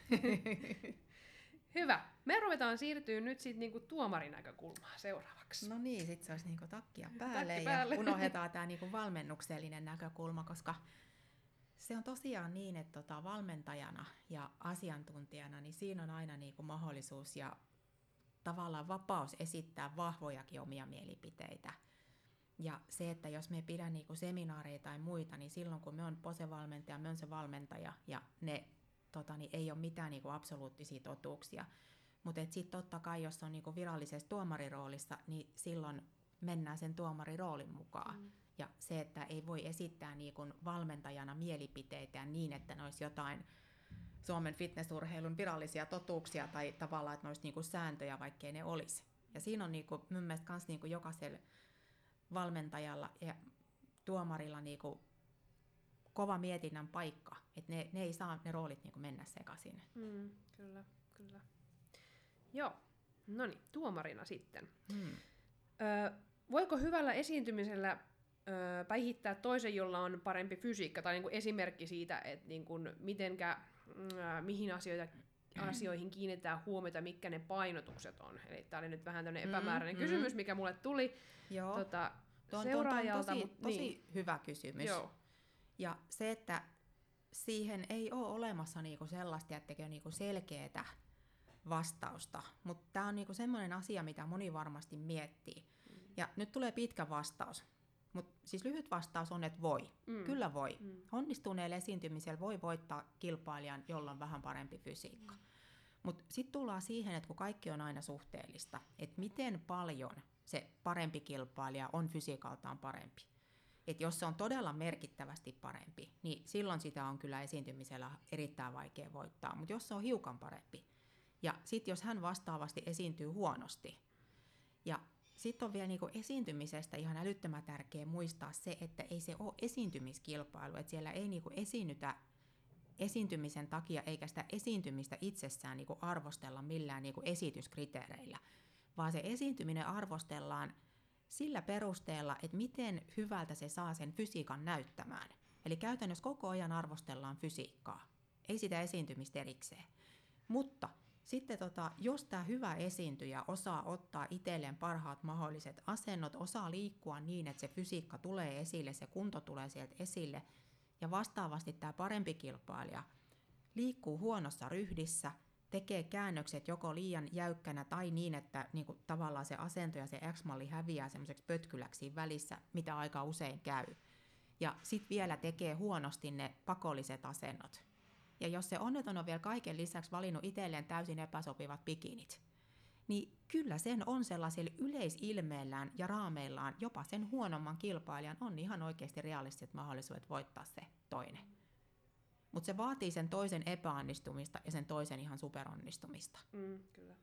Hyvä. Me ruvetaan siirtyä nyt sitten niinku tuomarin näkökulmaan seuraavaksi. No niin, sitten se olisi niinku takkia päälle, Takki päälle. Ja unohdetaan tämä niinku valmennuksellinen näkökulma, koska se on tosiaan niin, että tota, valmentajana ja asiantuntijana, niin siinä on aina niinku mahdollisuus ja tavallaan vapaus esittää vahvojakin omia mielipiteitä. Ja se, että jos me pidä niinku seminaareja tai muita, niin silloin kun me on posevalmentaja, me on se valmentaja ja ne tota, niin ei ole mitään niinku absoluuttisia totuuksia. Mutta sitten totta kai, jos on niinku virallisessa tuomariroolissa, niin silloin mennään sen tuomariroolin mukaan. Mm. Ja se, että ei voi esittää niin kuin valmentajana mielipiteitä niin, että ne olisi jotain Suomen fitnessurheilun virallisia totuuksia tai tavallaan, että ne olisi niinku sääntöjä, vaikkei ne olisi. Ja siinä on niinku, mun mielestä myös niinku jokaisella valmentajalla ja tuomarilla niinku kova mietinnän paikka, että ne, ne ei saa ne roolit niinku mennä sekaisin. Mm, kyllä, kyllä. Joo, no niin, tuomarina sitten. Hmm. Ö, voiko hyvällä esiintymisellä ö, päihittää toisen, jolla on parempi fysiikka, tai niinku esimerkki siitä, että niinku, mitenkä, ö, mihin asioita, asioihin kiinnitetään huomiota, mitkä ne painotukset on. Eli tämä oli nyt vähän tämmöinen epämääräinen mm, kysymys, mm. mikä mulle tuli Joo. Tota, Tuo seuraajalta. on tosi, tosi niin. hyvä kysymys. Joo. Ja se, että siihen ei ole olemassa niinku sellaista, että niinku selkeää vastausta, mutta tämä on niinku semmoinen asia, mitä moni varmasti miettii. Mm. Ja nyt tulee pitkä vastaus, mutta siis lyhyt vastaus on, että voi. Mm. Kyllä voi. Mm. Onnistuneella esiintymisellä voi voittaa kilpailijan, jolla on vähän parempi fysiikka. Mm. Mutta sitten tullaan siihen, että kun kaikki on aina suhteellista, että miten paljon se parempi kilpailija on fysiikaltaan parempi. Et jos se on todella merkittävästi parempi, niin silloin sitä on kyllä esiintymisellä erittäin vaikea voittaa. Mutta jos se on hiukan parempi, ja sitten jos hän vastaavasti esiintyy huonosti, ja sitten on vielä niinku esiintymisestä ihan älyttömän tärkeää muistaa se, että ei se ole esiintymiskilpailu, että siellä ei niinku esiinnytä esiintymisen takia, eikä sitä esiintymistä itsessään niinku arvostella millään niinku esityskriteereillä, vaan se esiintyminen arvostellaan sillä perusteella, että miten hyvältä se saa sen fysiikan näyttämään. Eli käytännössä koko ajan arvostellaan fysiikkaa, ei sitä esiintymistä erikseen. Mutta sitten tota, jos tämä hyvä esiintyjä osaa ottaa itselleen parhaat mahdolliset asennot, osaa liikkua niin, että se fysiikka tulee esille, se kunto tulee sieltä esille, ja vastaavasti tämä parempi kilpailija liikkuu huonossa ryhdissä, tekee käännökset joko liian jäykkänä tai niin, että niin kuin, tavallaan se asento ja se X-malli häviää semmoiseksi pötkyläksi välissä, mitä aika usein käy. Ja sitten vielä tekee huonosti ne pakolliset asennot. Ja jos se onneton on vielä kaiken lisäksi valinnut itselleen täysin epäsopivat bikinit, niin kyllä sen on sellaisilla yleisilmeillään ja raameillaan jopa sen huonomman kilpailijan on ihan oikeasti realistiset mahdollisuudet voittaa se toinen. Mutta se vaatii sen toisen epäonnistumista ja sen toisen ihan superonnistumista. Mm, kyllä.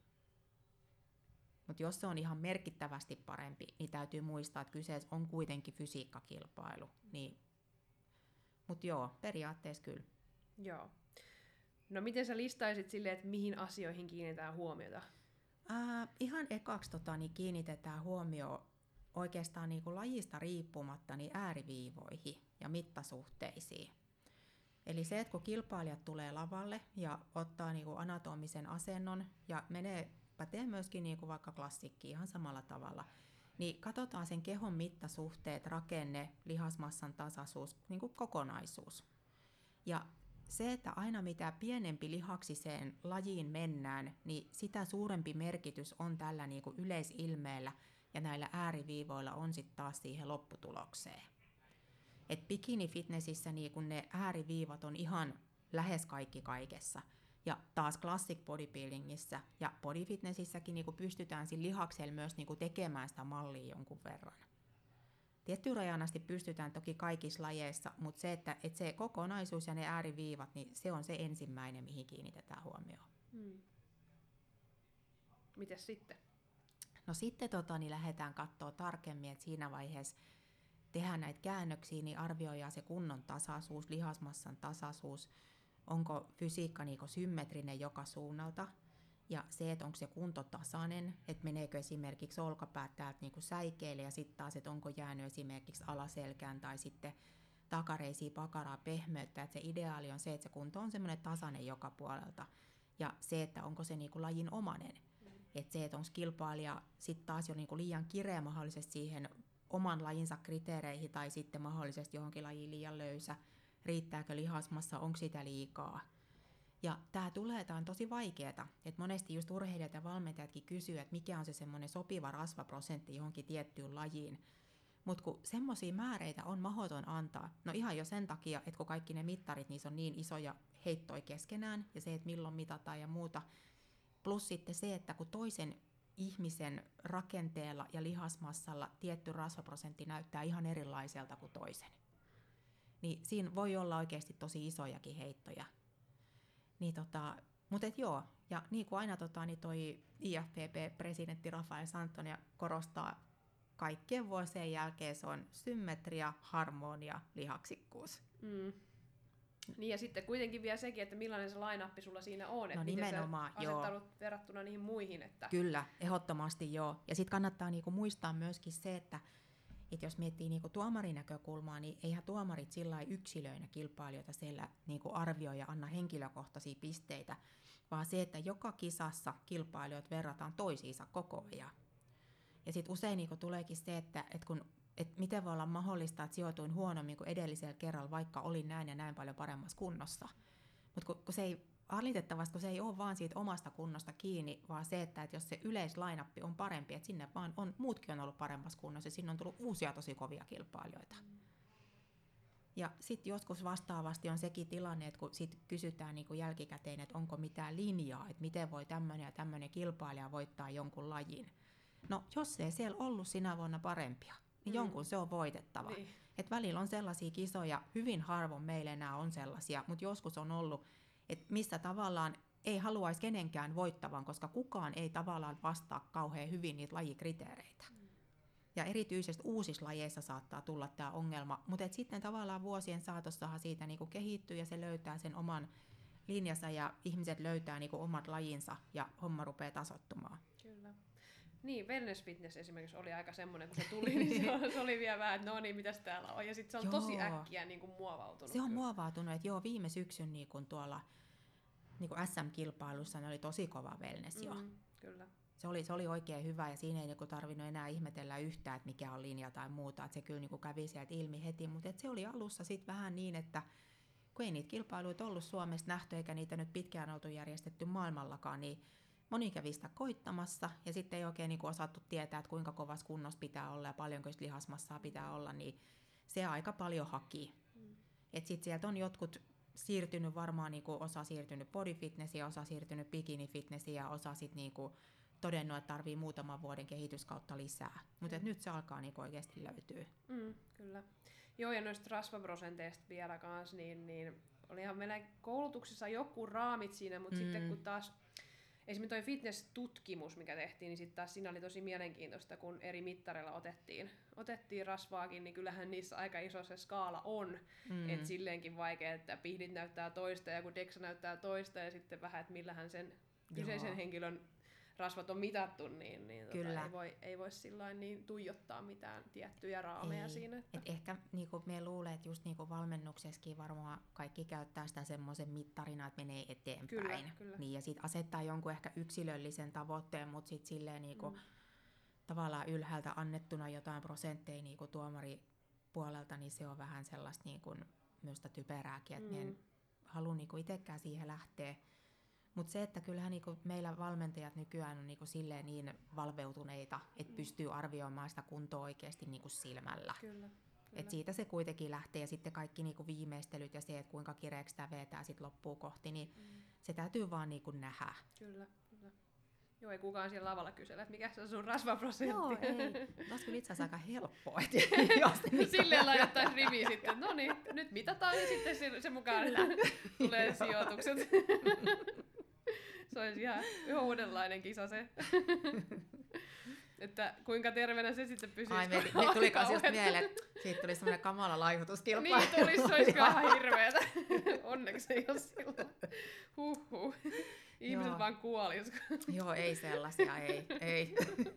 Mutta jos se on ihan merkittävästi parempi, niin täytyy muistaa, että kyseessä on kuitenkin fysiikkakilpailu. Niin. Mutta joo, periaatteessa kyllä. Joo. No miten sä listaisit silleen, että mihin asioihin kiinnitetään huomiota? Ää, ihan ekaksi tota, niin kiinnitetään huomioon oikeastaan niin kuin lajista riippumatta niin ääriviivoihin ja mittasuhteisiin. Eli se, että kun kilpailijat tulee lavalle ja ottaa niin kuin anatomisen asennon ja menee, pätee myöskin niin kuin vaikka klassikkiin ihan samalla tavalla, niin katsotaan sen kehon mittasuhteet, rakenne, lihasmassan tasaisuus, niin kuin kokonaisuus. Ja se, että aina mitä pienempi lihaksiseen lajiin mennään, niin sitä suurempi merkitys on tällä niin kuin yleisilmeellä ja näillä ääriviivoilla on sitten taas siihen lopputulokseen. Et bikini-fitnessissä niin kun ne ääriviivat on ihan lähes kaikki kaikessa. Ja taas classic bodybuildingissa ja bodyfitnessissäkin niin kun pystytään sillä lihaksella myös niin kun tekemään sitä mallia jonkun verran. Tiettyyn rajaan asti pystytään toki kaikissa lajeissa, mutta se, että, että se kokonaisuus ja ne ääriviivat, niin se on se ensimmäinen, mihin kiinnitetään huomioon. Hmm. Mites sitten? No sitten tota, niin lähdetään katsoa tarkemmin, että siinä vaiheessa tehdään näitä käännöksiä, niin arvioidaan se kunnon tasaisuus, lihasmassan tasaisuus, onko fysiikka niin kuin symmetrinen joka suunnalta, ja se, että onko se kunto tasainen, että meneekö esimerkiksi olkapäät täältä niin kuin säikeille, ja sitten taas, että onko jäänyt esimerkiksi alaselkään tai sitten takareisiin pakaraa pehmeyttä, että se ideaali on se, että se kunto on semmoinen tasainen joka puolelta, ja se, että onko se niin kuin lajin omainen, mm. että se, että onko kilpailija sitten taas jo niin kuin liian kireä mahdollisesti siihen oman lajinsa kriteereihin tai sitten mahdollisesti johonkin lajiin liian löysä, riittääkö lihasmassa, onko sitä liikaa. Ja tämä tulee, tämä on tosi vaikeaa, että monesti just urheilijat ja valmentajatkin kysyy, että mikä on se semmoinen sopiva rasvaprosentti johonkin tiettyyn lajiin. Mutta kun semmoisia määreitä on mahdoton antaa, no ihan jo sen takia, että kun kaikki ne mittarit, niissä on niin isoja heittoja keskenään, ja se, että milloin mitataan ja muuta, plus sitten se, että kun toisen ihmisen rakenteella ja lihasmassalla tietty rasvaprosentti näyttää ihan erilaiselta kuin toisen. Niin siinä voi olla oikeasti tosi isojakin heittoja. Niin tota, mutta et joo, ja niin kuin aina tota, niin toi I F B B-presidentti Rafael Santonia korostaa, kaikkien vuosien jälkeen se on symmetria, harmonia, lihaksikkuus. Mm. Niin ja sitten kuitenkin vielä sekin, että millainen se line-up sulla siinä on, että No miten sä joo. asettaudut verrattuna niihin muihin. Että... Kyllä, ehdottomasti joo. Ja sitten kannattaa niinku muistaa myöskin se, että et jos miettii niinku tuomarin näkökulmaa, niin eihän tuomarit sillä yksilöinä kilpailijoita siellä niinku arvioi ja anna henkilökohtaisia pisteitä, vaan se, että joka kisassa kilpailijoita verrataan toisiinsa koko ajan. Ja sitten usein niinku tuleekin se, että et kun, et miten voi olla mahdollista, että sijoituin huonommin kuin edellisellä kerralla, vaikka olin näin ja näin paljon paremmassa kunnossa. Mutta kun, kun se ei, valitettavasti kun se ei ole vaan siitä omasta kunnosta kiinni, vaan se, että et jos se yleislainappi on parempi, että sinne vaan on, muutkin on ollut paremmassa kunnossa ja sinne on tullut uusia tosi kovia kilpailijoita. Mm. Ja sitten joskus vastaavasti on sekin tilanne, että kun sit kysytään niin kuin jälkikäteen, että onko mitään linjaa, että miten voi tämmöinen ja tämmöinen kilpailija voittaa jonkun lajin. No jos ei siellä ollut sinä vuonna parempia, niin mm. jonkun se on voitettava. Niin. Et välillä on sellaisia kisoja, hyvin harvoin meillä enää on sellaisia, mutta joskus on ollut, että missä tavallaan ei haluaisi kenenkään voittavan, koska kukaan ei tavallaan vastaa kauhean hyvin niitä lajikriteereitä. Mm. Ja erityisesti uusissa lajeissa saattaa tulla tämä ongelma, mutta et sitten tavallaan vuosien saatossahan siitä niinku kehittyy ja se löytää sen oman linjansa ja ihmiset löytää niinku omat lajinsa ja homma rupeaa tasoittumaan. Kyllä. Niin, wellness fitness esimerkiksi oli aika semmoinen, kun se tuli, niin se, se oli vielä vähän, että no niin, mitäs täällä on. Ja sitten se on joo. tosi äkkiä niin kuin muovautunut. Se on kyllä. muovautunut, että joo, viime syksyn niin kuin tuolla niin kuin S M-kilpailussa ne oli tosi kova wellness jo. Mm, kyllä. Se oli, se oli oikein hyvä ja siinä ei niin kuin tarvinnut enää ihmetellä yhtään, että mikä on linja tai muuta. Että se kyllä niin kuin kävi sieltä ilmi heti, mutta se oli alussa sitten vähän niin, että kun ei niitä kilpailuita ollut Suomessa nähty eikä niitä nyt pitkään oltu järjestetty maailmallakaan, niin moni kävi sitä koittamassa ja sitten ei oikein niin kuin osattu tietää, että kuinka kovassa kunnossa pitää olla ja paljonko lihasmassaa pitää olla, niin se aika paljon haki. Mm. Että sitten sieltä on jotkut siirtynyt varmaan, niin kuin osa siirtynyt bodyfitnessiin, osa siirtynyt bikinifitnessiin ja osa sitten niin kuin todennut, että tarvii muutaman vuoden kehityskautta lisää. Mutta mm. nyt se alkaa niin kuin oikeasti löytyä. Mm, kyllä. Joo, ja noista rasvaprosenteista vielä kanssa, niin, niin olihan meillä koulutuksessa joku raamit siinä, mutta mm. sitten kun taas esimerkiksi toi fitness-tutkimus, mikä tehtiin, niin sitten taas siinä oli tosi mielenkiintoista, kun eri mittareilla otettiin, otettiin rasvaakin, niin kyllähän niissä aika iso se skaala on. Mm. Että silleenkin vaikea, että pihdit näyttää toista ja kun Dexa näyttää toista ja sitten vähän, että millähän sen kyseisen Joo. henkilön rasvat on mitattu, niin, niin tota, ei voi, ei voi sillain niin tuijottaa mitään tiettyjä raameja ei. Siinä. Että... Et ehkä niinku, me luulee, että just niinku valmennuksessakin varmaan kaikki käyttää sitä semmoisen mittarina, että menee eteenpäin. Kyllä, kyllä. Niin, ja sitten asettaa jonkun ehkä yksilöllisen tavoitteen, mutta sitten silleen niinku, mm. tavallaan ylhäältä annettuna jotain prosentteja niinku tuomaripuolelta, niin se on vähän sellaista niinku, myös typerääkin, että mm. en halua niinku itsekään siihen lähteä. Mutta se, että kyllähän niinku meillä valmentajat nykyään on niinku silleen niin valveutuneita, että mm. pystyy arvioimaan sitä kuntoa oikeasti niinku silmällä. Kyllä, kyllä. Et siitä se kuitenkin lähtee ja sitten kaikki niinku viimeistelyt ja se, että kuinka kireeksi tämä vetää sit loppuun kohti, niin mm. se täytyy vaan niinku nähdä. Kyllä, kyllä. Joo, ei kukaan siellä lavalla kysellä, että mikä se on sun rasvaprosentti. Joo, ei. Olisi kyllä itse asiassa aika helppoa. Silleen laittaisi rivi sitten, no niin, nyt mitataan ja sitten se, se mukaan tulee sijoitukset. Se olisi ihan uudenlainen kisa se. Että kuinka terveenä se sitten pysyisi. Ai, me, me tuli kans just mieleen, että siitä tuli semmoinen kamala laihutuskilpailu. Niin tulisi, se olisi ihan hirveetä. Onneksi ei ole silloin. Huhhuh. Ihmiset Joo. vaan kuolis. Joo, ei sellaisia, ei. ei.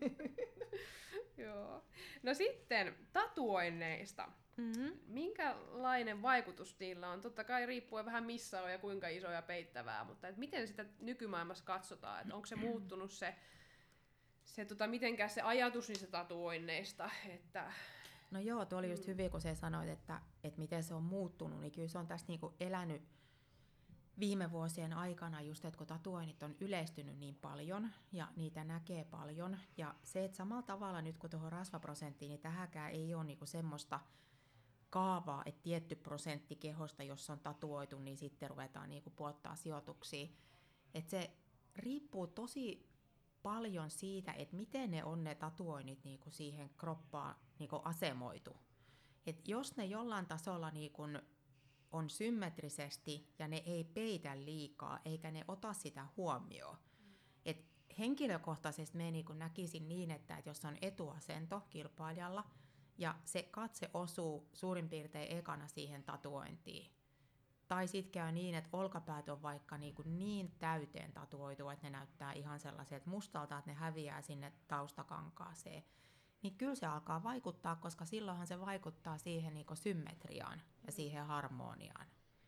Joo. No sitten tatuoinneista. Mm-hmm. Minkälainen vaikutus niillä on? Totta kai riippuen vähän missä on ja kuinka iso ja peittävää, mutta et miten sitä nykymaailmassa katsotaan? Et onko se muuttunut se, se tota, mitenkään se ajatus niistä tatuoinneista? Että... No joo, tuo oli just hyvin, kun sä sanoit, että, että miten se on muuttunut, niin kyllä se on tässä niinku elänyt viime vuosien aikana just, että kun tatuoinnit on yleistynyt niin paljon ja niitä näkee paljon. Ja se, että samalla tavalla nyt kun tuohon rasvaprosenttiin, niin tähänkään ei ole niinku semmoista kaavaa, että tietty prosentti kehosta, jos on tatuoitu, niin sitten ruvetaan niinku puottaa sijoituksia. Et se riippuu tosi paljon siitä, että miten ne on ne tatuoinnit niinku siihen kroppaan niinku asemoitu. Et jos ne jollain tasolla niinku on symmetrisesti ja ne ei peitä liikaa eikä ne ota sitä huomioon. Mm. Et henkilökohtaisesti me niin näkisin niin, että et jos on etuasento kilpailijalla ja se katse osuu suurin piirtein ekana siihen tatuointiin, tai sitten käy niin, että olkapäät on vaikka niin, niin täyteen tatuoitu, että ne näyttää ihan sellaiset mustalta, että ne häviää sinne taustakankaaseen, niin kyllä se alkaa vaikuttaa, koska silloinhan se vaikuttaa siihen niin symmetriaan ja siihen harmoniaan.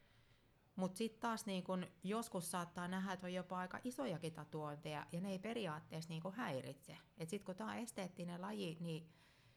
Mutta sitten taas niin kun joskus saattaa nähdä, että on jopa aika isojakin tatuointeja, ja ne ei periaatteessa niin kun häiritse. Et sitten kun tämä on esteettinen laji, niin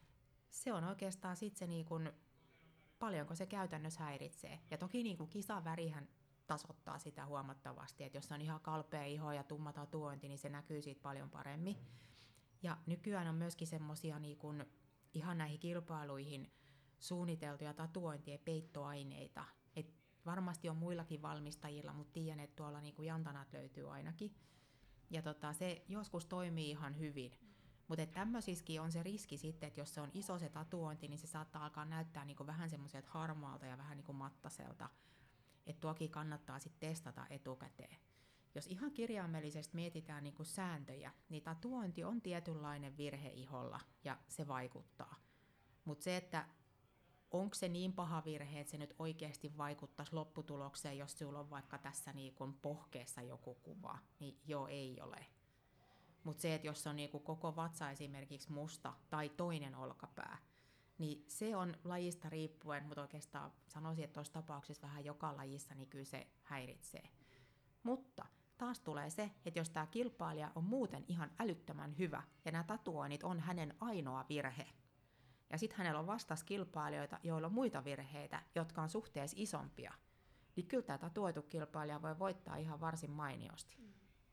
se on oikeastaan sitten se, niin kun, paljonko se käytännössä häiritsee. Ja toki niin kun kisavärihän tasoittaa sitä huomattavasti, että jos on ihan kalpea iho ja tumma tatuointi, niin se näkyy siitä paljon paremmin. Ja nykyään on myöskin semmoisia niin kun ihan näihin kilpailuihin suunniteltuja tatuointien peittoaineita. Et varmasti on muillakin valmistajilla, mutta tiedän, että tuolla niin kuin jantanat löytyy ainakin. Ja tota, se joskus toimii ihan hyvin. Mutta tämmöisissäkin on se riski sitten, että jos se on iso se tatuointi, niin se saattaa alkaa näyttää niin kuin vähän semmoiselta harmaalta ja vähän niin kuin mattaselta. Että tuokin kannattaa sitten testata etukäteen. Jos ihan kirjaimellisesti mietitään niin kuin sääntöjä, niin tatuointi on tietynlainen virhe iholla ja se vaikuttaa. Mutta se, että onko se niin paha virhe, että se nyt oikeasti vaikuttaisi lopputulokseen, jos sulla on vaikka tässä niin kuin pohkeessa joku kuva, niin joo, ei ole. Mutta se, että jos on niin kuin koko vatsa esimerkiksi musta tai toinen olkapää, niin se on lajista riippuen, mutta oikeastaan sanoisin, että tuossa tapauksessa vähän joka lajissa, niin kyllä se häiritsee. Mutta taas tulee se, että jos tämä kilpailija on muuten ihan älyttömän hyvä ja nämä tatuoinnit on hänen ainoa virhe, ja sitten hänellä on vastas kilpailijoita, joilla on muita virheitä, jotka on suhteessa isompia, niin kyllä tämä tatuoitu kilpailija voi voittaa ihan varsin mainiosti. Mm.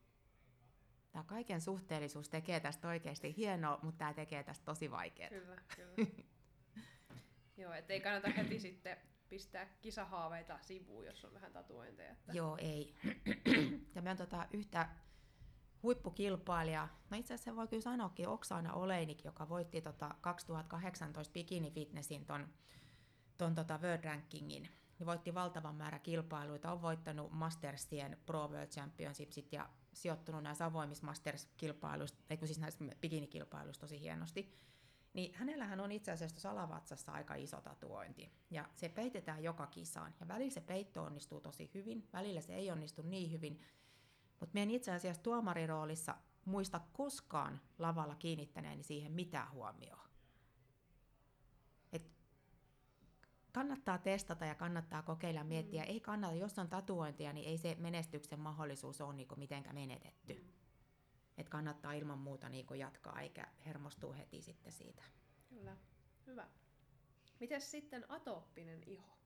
Tämä kaiken suhteellisuus tekee tästä oikeasti hienoa, mutta tämä tekee tästä tosi vaikeaa. Kyllä, kyllä. Joo, ettei kannata heti sitten pistää kisahaaveita sivuun, jos on vähän tatuointeja. Että... Joo, ei. Ja me on tota yhtä huippukilpailija, no itse asiassa voi kyllä sanoakin Oksana Oleinik, joka voitti tota kaksituhattakahdeksantoista Bikini Fitnessin ton, ton tota World Rankingin. Niin voitti valtavan määrä kilpailuita, on voittanut Mastersien Pro World Championshipsit ja sijoittunut näissä avoimissa Masters-kilpailuissa, eikö siis näissä bikinikilpailuissa tosi hienosti. Niin hänellähän on itse asiassa salavatsassa aika iso tatuointi, ja se peitetään joka kisaan. Ja välillä se peitto onnistuu tosi hyvin, välillä se ei onnistu niin hyvin. Mutta meidän itse asiassa tuomariroolissa muista koskaan lavalla kiinnittäneeni siihen mitään huomioon. Et kannattaa testata ja kannattaa kokeilla ja miettiä. Mm. Ei kannata, jos on tatuointia, niin ei se menestyksen mahdollisuus ole niinku mitenkään menetetty. Mm. Et kannattaa ilman muuta niinku jatkaa eikä hermostua heti sitten siitä. Kyllä, hyvä. Mites sitten atooppinen iho?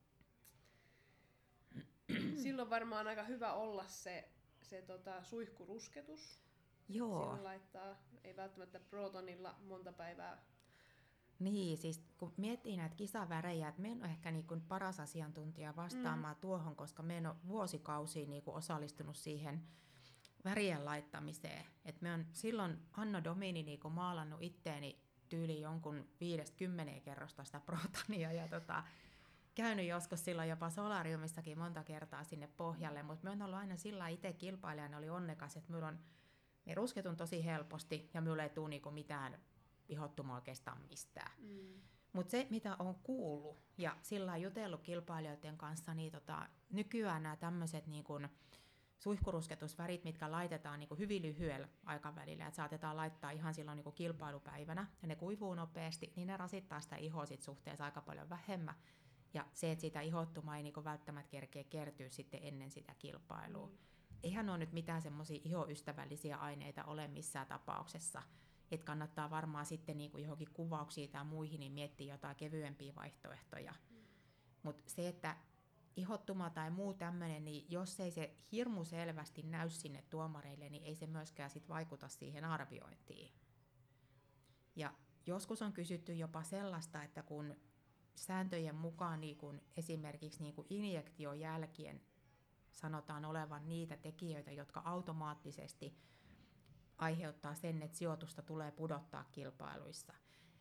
Silloin varmaan aika hyvä olla se se tota, suihkurusketus. Joo. Silloin laittaa, ei välttämättä Protonilla monta päivää. Niin, siis kun miettii näitä kisavärejä, että me en ole ehkä niin kuin paras asiantuntija vastaamaan mm. tuohon, koska me en ole vuosikausia niin kuin osallistunut siihen värien laittamiseen. Et me on silloin Anno Domini niin kuin maalannut itteeni tyyliin jonkun viidestä kymmeneen kerrosta sitä Protonia ja tota, käynyt joskus silloin jopa solariumissakin monta kertaa sinne pohjalle, mutta me on ollut aina sillä itse kilpailijana oli onnekas, että minulla on, me rusketun tosi helposti ja minulla ei tule niinku mitään ihottumaa oikeastaan mistään. Mm. Mutta se, mitä on kuullut ja sillä jutellut kilpailijoiden kanssa, niin tota, nykyään nämä tämmöiset niinku suihkurusketusvärit, mitkä laitetaan niinku hyvin lyhyellä aikavälillä, että saatetaan laittaa ihan silloin niinku kilpailupäivänä ja ne kuivuu nopeasti, niin ne rasittaa sitä ihoa sit suhteessa aika paljon vähemmän. Ja se, että sitä ihottumaa ei niinku välttämättä kerkeä kertyä sitten ennen sitä kilpailua. Mm. Eihän ole nyt mitään semmoisia ihoystävällisiä aineita ole missään tapauksessa. Että kannattaa varmaan sitten niinku johonkin kuvauksiin tai muihin niin miettiä jotain kevyempiä vaihtoehtoja. Mm. Mutta se, että ihottuma tai muu tämmöinen, niin jos ei se hirmu selvästi näy sinne tuomareille, niin ei se myöskään sit vaikuta siihen arviointiin. Ja joskus on kysytty jopa sellaista, että kun sääntöjen mukaan niin kun esimerkiksi niin kun injektion jälkien sanotaan olevan niitä tekijöitä, jotka automaattisesti aiheuttaa sen, että sijoitusta tulee pudottaa kilpailuissa,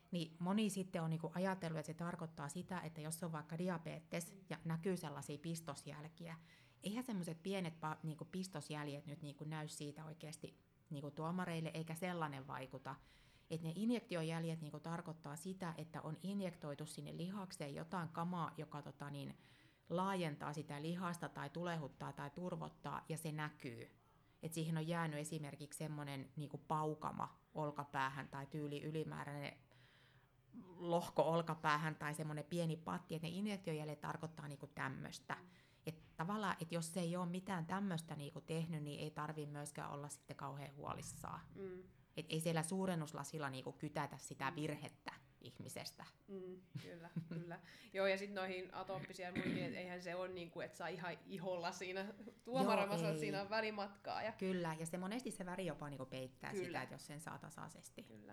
Niin moni sitten on niinku ajatellut, että se tarkoittaa sitä, että jos on vaikka diabetes ja näkyy sellaisia pistosjälkiä, eihän semmoiset pienet niinku pistosjäljet nyt niinku näy siitä oikeasti niinku tuomareille, eikä sellainen vaikuta. Että ne injektiojäljet niinku tarkoittaa sitä, että on injektoitu sinne lihakseen jotain kamaa, joka tota niin, laajentaa sitä lihasta tai tulehuttaa tai turvottaa, ja se näkyy. Että siihen on jäänyt esimerkiksi semmoinen niinku paukama olkapäähän tai tyyli ylimääräinen lohko olkapäähän tai semmoinen pieni patti, että ne injektiojäljet tarkoittaa niinku tämmöistä. Että tavallaan, että jos ei ole mitään tämmöistä niinku tehnyt, niin ei tarvitse myöskään olla sitten kauhean huolissaan. Mm. Että ei siellä suurennuslasilla niinku kytätä sitä virhettä ihmisestä. Mm, kyllä, kyllä. Joo, ja sitten noihin atooppisia ja muihin, että eihän se ole niin kuin, että saa ihan iholla siinä tuomaramassa, siinä on välimatkaa. Ja... Kyllä, ja se monesti se väri jopa niinku peittää kyllä. sitä, että jos sen saa tasaisesti. Kyllä.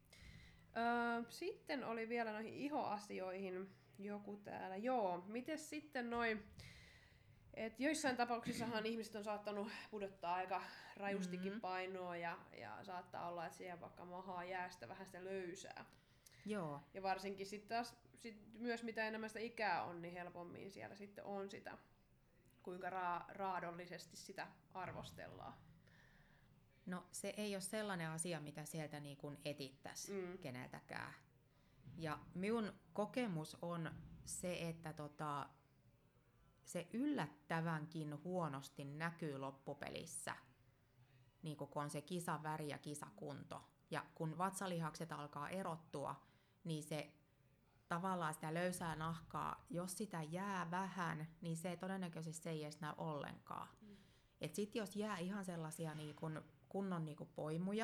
Öö, sitten oli vielä noihin ihoasioihin joku täällä. Joo, mites sitten noin, että joissain tapauksissahan ihmiset on saattanut pudottaa aika rajustikin mm-hmm. painoa ja, ja saattaa olla, että siihen vaikka mahaa jäästä vähän sitä löysää. Joo. Ja varsinkin sitten taas sit myös mitä enemmän sitä ikää on, niin helpommin siellä sitten on sitä, kuinka ra- raadollisesti sitä arvostellaan. No se ei ole sellainen asia, mitä sieltä niin kuin etittäisi mm. keneltäkään. Ja minun kokemus on se, että tota, se yllättävänkin huonosti näkyy loppupelissä, niin kun on se kisaväri ja kisakunto. Ja kun vatsalihakset alkaa erottua, niin se tavallaan sitä löysää nahkaa, jos sitä jää vähän, niin se todennäköisesti se ei edes näy ollenkaan. Mm. Et sit jos jää ihan sellaisia niin kun kunnon niin kun poimuja,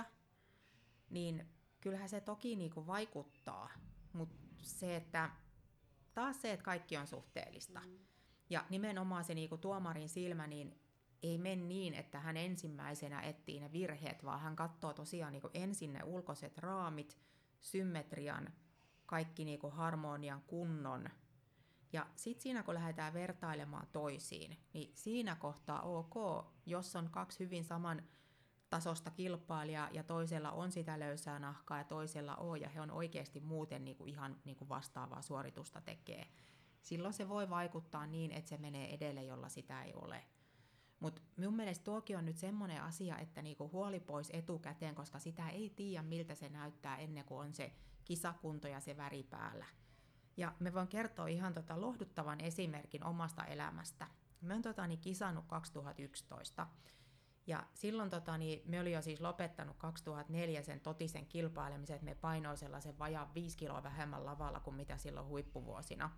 niin kyllähän se toki niin kun vaikuttaa. Mutta se, että taas se, että kaikki on suhteellista. Mm. Ja nimenomaan se niin kun tuomarin silmä, niin ei mene niin, että hän ensimmäisenä etsii ne virheet, vaan hän katsoo tosiaan niin kuin ensin ne ulkoiset raamit, symmetrian, kaikki niin kuin harmonian kunnon. Ja sitten siinä, kun lähdetään vertailemaan toisiin, niin siinä kohtaa ok, jos on kaksi hyvin saman tasosta kilpailijaa ja toisella on sitä löysää nahkaa ja toisella on, ja he on oikeasti muuten niin kuin ihan niin kuin vastaavaa suoritusta tekee. Silloin se voi vaikuttaa niin, että se menee edelle, jolla sitä ei ole. Mutta minun mielestä tuokin on nyt semmoinen asia, että niinku huoli pois etukäteen, koska sitä ei tiedä, miltä se näyttää ennen kuin on se kisakunto ja se väri päällä. Ja me voin kertoa ihan tota lohduttavan esimerkin omasta elämästä. Mä oon tota, niin kisannut kaksituhattayksitoista. Ja silloin tota, niin, me olin jo siis lopettanut kaksituhattaneljä sen totisen kilpailemisen, että me painoin sellaisen vajaan viisi kiloa vähemmän lavalla kuin mitä silloin huippuvuosina.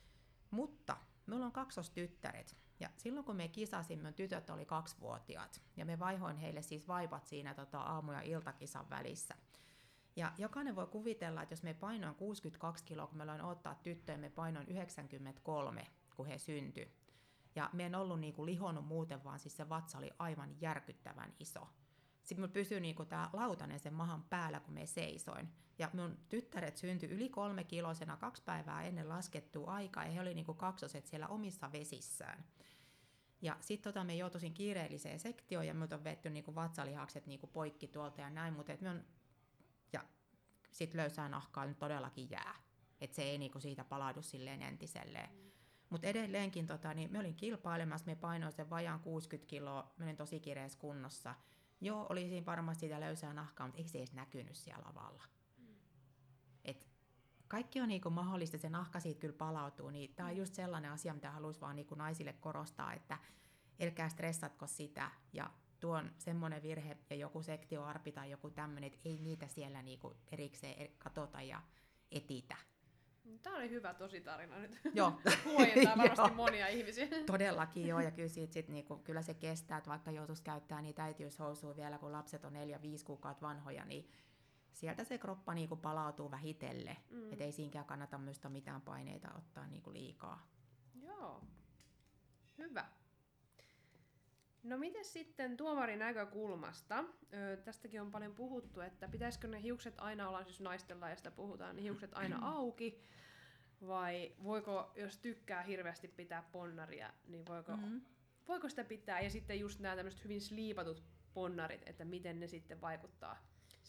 Mutta meillä on kaksostyttäret. Ja silloin kun me kisasin, mun tytöt oli kaksivuotiaat. Ja me vaihoin heille siis vaipat siinä tota, aamu- ja iltakisan välissä. Ja jokainen voi kuvitella, että jos me painoin kuusikymmentäkaksi kiloa, kun me aloin ottaa tyttöjä, me painoin yhdeksänkymmentäkolme, kun he syntyi. Ja me en ollut niinku lihonnut muuten, vaan siis se vatsa oli aivan järkyttävän iso. Sitten mulla pysyi niinku tää lautanen sen mahan päällä, kun me seisoin. Ja mun tyttäret syntyi yli kolme kilosena kaksi päivää ennen laskettua aikaa, ja he oli niinku kaksoset siellä omissa vesissään. Ja sitten tota, me joutuisin kiireelliseen sektioon, ja minut on vetty niinku vatsalihakset niinku poikki tuolta ja näin, mutta on... ja sitten löysää nahkaa nyt todellakin jää. Että se ei niinku siitä palaudu silleen entiselleen. Mm. Mutta edelleenkin tota, niin me olin kilpailemassa, me painoin sen vajaan kuusikymmentä kiloa, mä olin tosi kireessä kunnossa. Joo, oli siinä varmasti sitä löysää nahkaa, mutta ei se edes näkynyt siellä lavalla. Mm. Et kaikki on niinku mahdollista, se nahka siitä kyllä palautuu, niin tämä on just sellainen asia, mitä haluaisin vaan niinku naisille korostaa, että älkää stressatko sitä, ja tuo on semmoinen virhe ja joku sektioarpi tai joku tämmöinen, että ei niitä siellä niinku erikseen katsota ja etitä. Tämä oli hyvä tositarina nyt. Joo. Huojentaa varmasti monia ihmisiä. Todellakin joo, ja kyllä, siitä sit niinku, kyllä se kestää, että vaikka joutuisi käyttää niitä äitiyshousuja vielä, kun lapset on neljä viisi kuukautta vanhoja, niin sieltä se kroppa niinku palautuu vähitellen. Mm. Että ei siinäkään kannata myös mitään paineita ottaa niinku liikaa. Joo, hyvä. No miten sitten tuomarin näkökulmasta? Öö, tästäkin on paljon puhuttu, että pitäisikö ne hiukset aina olla, siis naisten lajista puhutaan, niin hiukset aina auki, vai voiko, jos tykkää hirveästi pitää ponnaria, niin voiko, mm-hmm. voiko sitä pitää? Ja sitten just nämä tämmöiset hyvin sliipatut ponnarit, että miten ne sitten vaikuttaa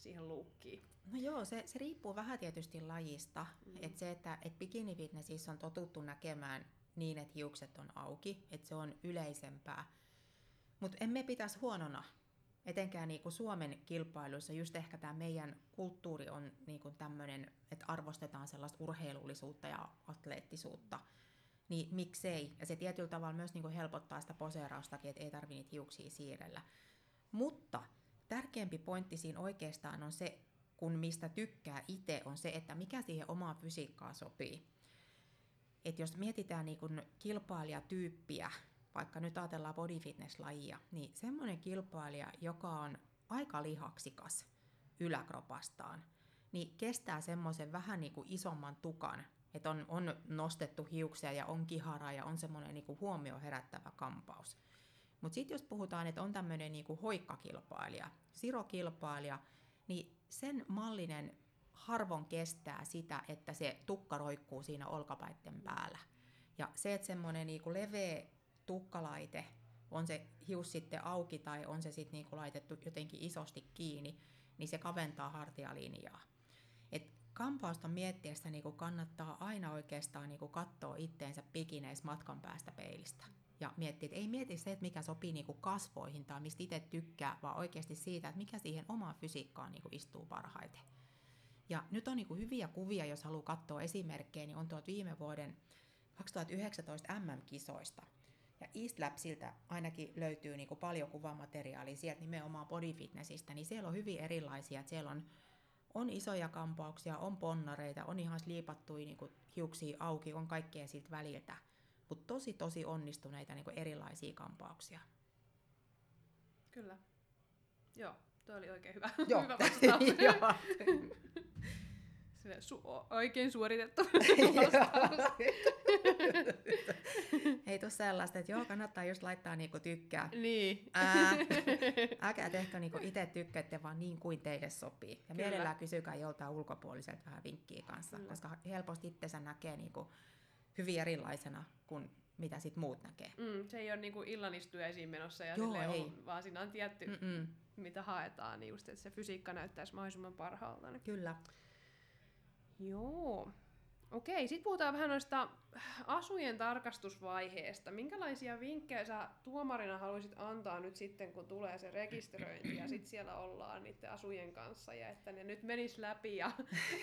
siihen luukkiin? No joo, se, se riippuu vähän tietysti lajista. Mm. Että se, että et bikini-fitnessissä on totuttu näkemään niin, että hiukset on auki, että se on yleisempää. Mutta emme pitäisi huonona, etenkään niinku Suomen kilpailuissa, just ehkä tämä meidän kulttuuri on niinku tämmöinen, että arvostetaan sellaista urheilullisuutta ja atleettisuutta. Niin miksei? Ja se tietyllä tavalla myös niinku helpottaa sitä poseeraustakin, että ei tarvitse niitä hiuksia siirrellä. Mutta tärkeämpi pointti siinä oikeastaan on se, kun mistä tykkää itse, on se, että mikä siihen omaan fysiikkaan sopii. Et jos mietitään niin kun kilpailijatyyppiä, vaikka nyt ajatellaan body fitness-lajia, niin semmoinen kilpailija, joka on aika lihaksikas yläkropastaan, niin kestää semmoisen vähän niin kuin isomman tukan, että on, on nostettu hiuksia ja on kiharaa ja on semmoinen niin kuin huomioon herättävä kampaus. Mutta sitten jos puhutaan, että on tämmöinen niin kuin hoikkakilpailija, sirokilpailija, niin sen mallinen harvoin kestää sitä, että se tukka roikkuu siinä olkapäitten päällä. Ja se, että semmoinen niin kuin leveä tukkalaite, on se hius sitten auki tai on se sitten niin kuin laitettu jotenkin isosti kiinni, niin se kaventaa hartialinjaa. Et kampausta miettiessä niin kuin kannattaa aina oikeastaan niin kuin katsoa itteensä bikineissä matkan päästä peilistä. Ja miettiä, että ei mieti se, että mikä sopii niin kuin kasvoihin tai mistä itse tykkää, vaan oikeasti siitä, että mikä siihen omaan fysiikkaan niin kuin istuu parhaiten. Ja nyt on niin kuin hyviä kuvia, jos haluaa katsoa esimerkkejä, niin on tuolta viime vuoden kaksituhattayhdeksäntoista M M-kisoista. Ja East Labsiltä ainakin löytyy niin kuin paljon kuvamateriaalia sieltä nimenomaan body fitnessistä, niin siellä on hyvin erilaisia. Että siellä on, on isoja kampauksia, on ponnareita, on ihan sliipattuja niin kuin hiuksia auki, on kaikkea siltä väliltä. Mutta tosi tosi onnistuneita niin kuin erilaisia kampauksia. Kyllä. Joo, toi oli oikein hyvä, Joo. hyvä vastaus. Su- oikein suoritettu vastaus. Ei tuu sellaista, että joo, kannattaa just laittaa niinku tykkää. Niin. Ää, älkää tehkö niinku itse tykkäätte, vaan niin kuin teille sopii. Ja Kyllä. mielellään kysykää joltain ulkopuoliselta vähän vinkkiä kanssa, Kyllä. koska helposti itsensä näkee niinku hyvin erilaisena kuin mitä sit muut näkee. Mm, se ei ole niinku illanistujaisiin menossa ja Joo, ei. on, vaan siinä on tietty, Mm-mm. mitä haetaan, niin just, että se fysiikka näyttäisi mahdollisimman parhaalta. Niin. Kyllä. Joo. Okei, sitten puhutaan vähän noista asujen tarkastusvaiheesta. Minkälaisia vinkkejä sä tuomarina haluaisit antaa nyt sitten, kun tulee se rekisteröinti ja sitten siellä ollaan niiden asujen kanssa ja että ne nyt menis läpi ja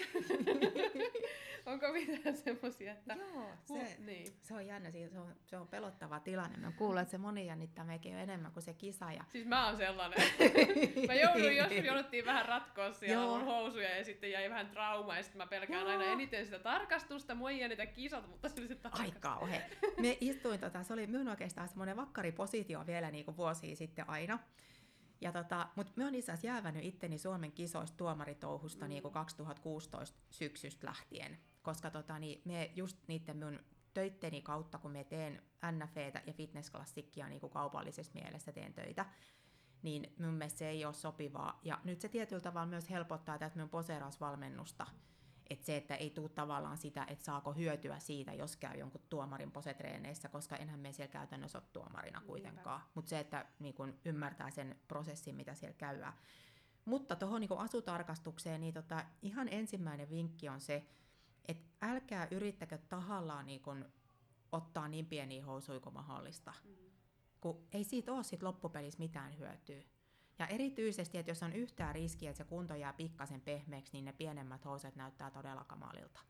onko mitään semmoisia, että... Joo, se, uh, niin. se on jännä, se on, se on pelottava tilanne. Mä kuulen, että se moni jännittää meikin jo enemmän kuin se kisa. Ja... Siis mä oon sellainen. Mä joudun, joskus jouduttiin vähän ratkoa siellä mun housuja ja sitten jäi vähän trauma ja sitten mä pelkään Joo. aina eniten sitä tarkastusta. Mua ei jännitä kisat, mutta se oli se tarkastus. Ai kauhe. Me istuin, tota, se oli minun oikeastaan semmoinen vakkaripositio vielä niin kuin vuosia sitten aina. Ja tota, mutta mä oon itse asiassa jäävänyt itteni Suomen kisoista tuomaritouhusta mm. niin kuin kaksituhattakuusitoista syksystä lähtien. Koska tota, niin me just niiden mun töitteni kautta, kun me teen N F E:tä ja fitnessklassikkia niin kuin kaupallisessa mielessä teen töitä, niin mun mielestä se ei ole sopivaa. Ja nyt se tietyllä tavalla myös helpottaa tätä mun poseerausvalmennusta. Että se, että ei tule tavallaan sitä, että saako hyötyä siitä, jos käy jonkun tuomarin posetreeneissä, koska enhän me siellä käytännössä ole tuomarina kuitenkaan. Mutta se, että niin kun ymmärtää sen prosessin, mitä siellä käydään. Mutta tuohon niin asutarkastukseen, niin tota, ihan ensimmäinen vinkki on se, että älkää yrittäkö tahallaan niin kun ottaa niin pieniä housuja kuin mahdollista. Mm. Kun ei siitä ole sit loppupelissä mitään hyötyä. Ja erityisesti, että jos on yhtään riskiä, että se kunto jää pikkasen pehmeäksi, niin ne pienemmät housut näyttää todella kamalilta.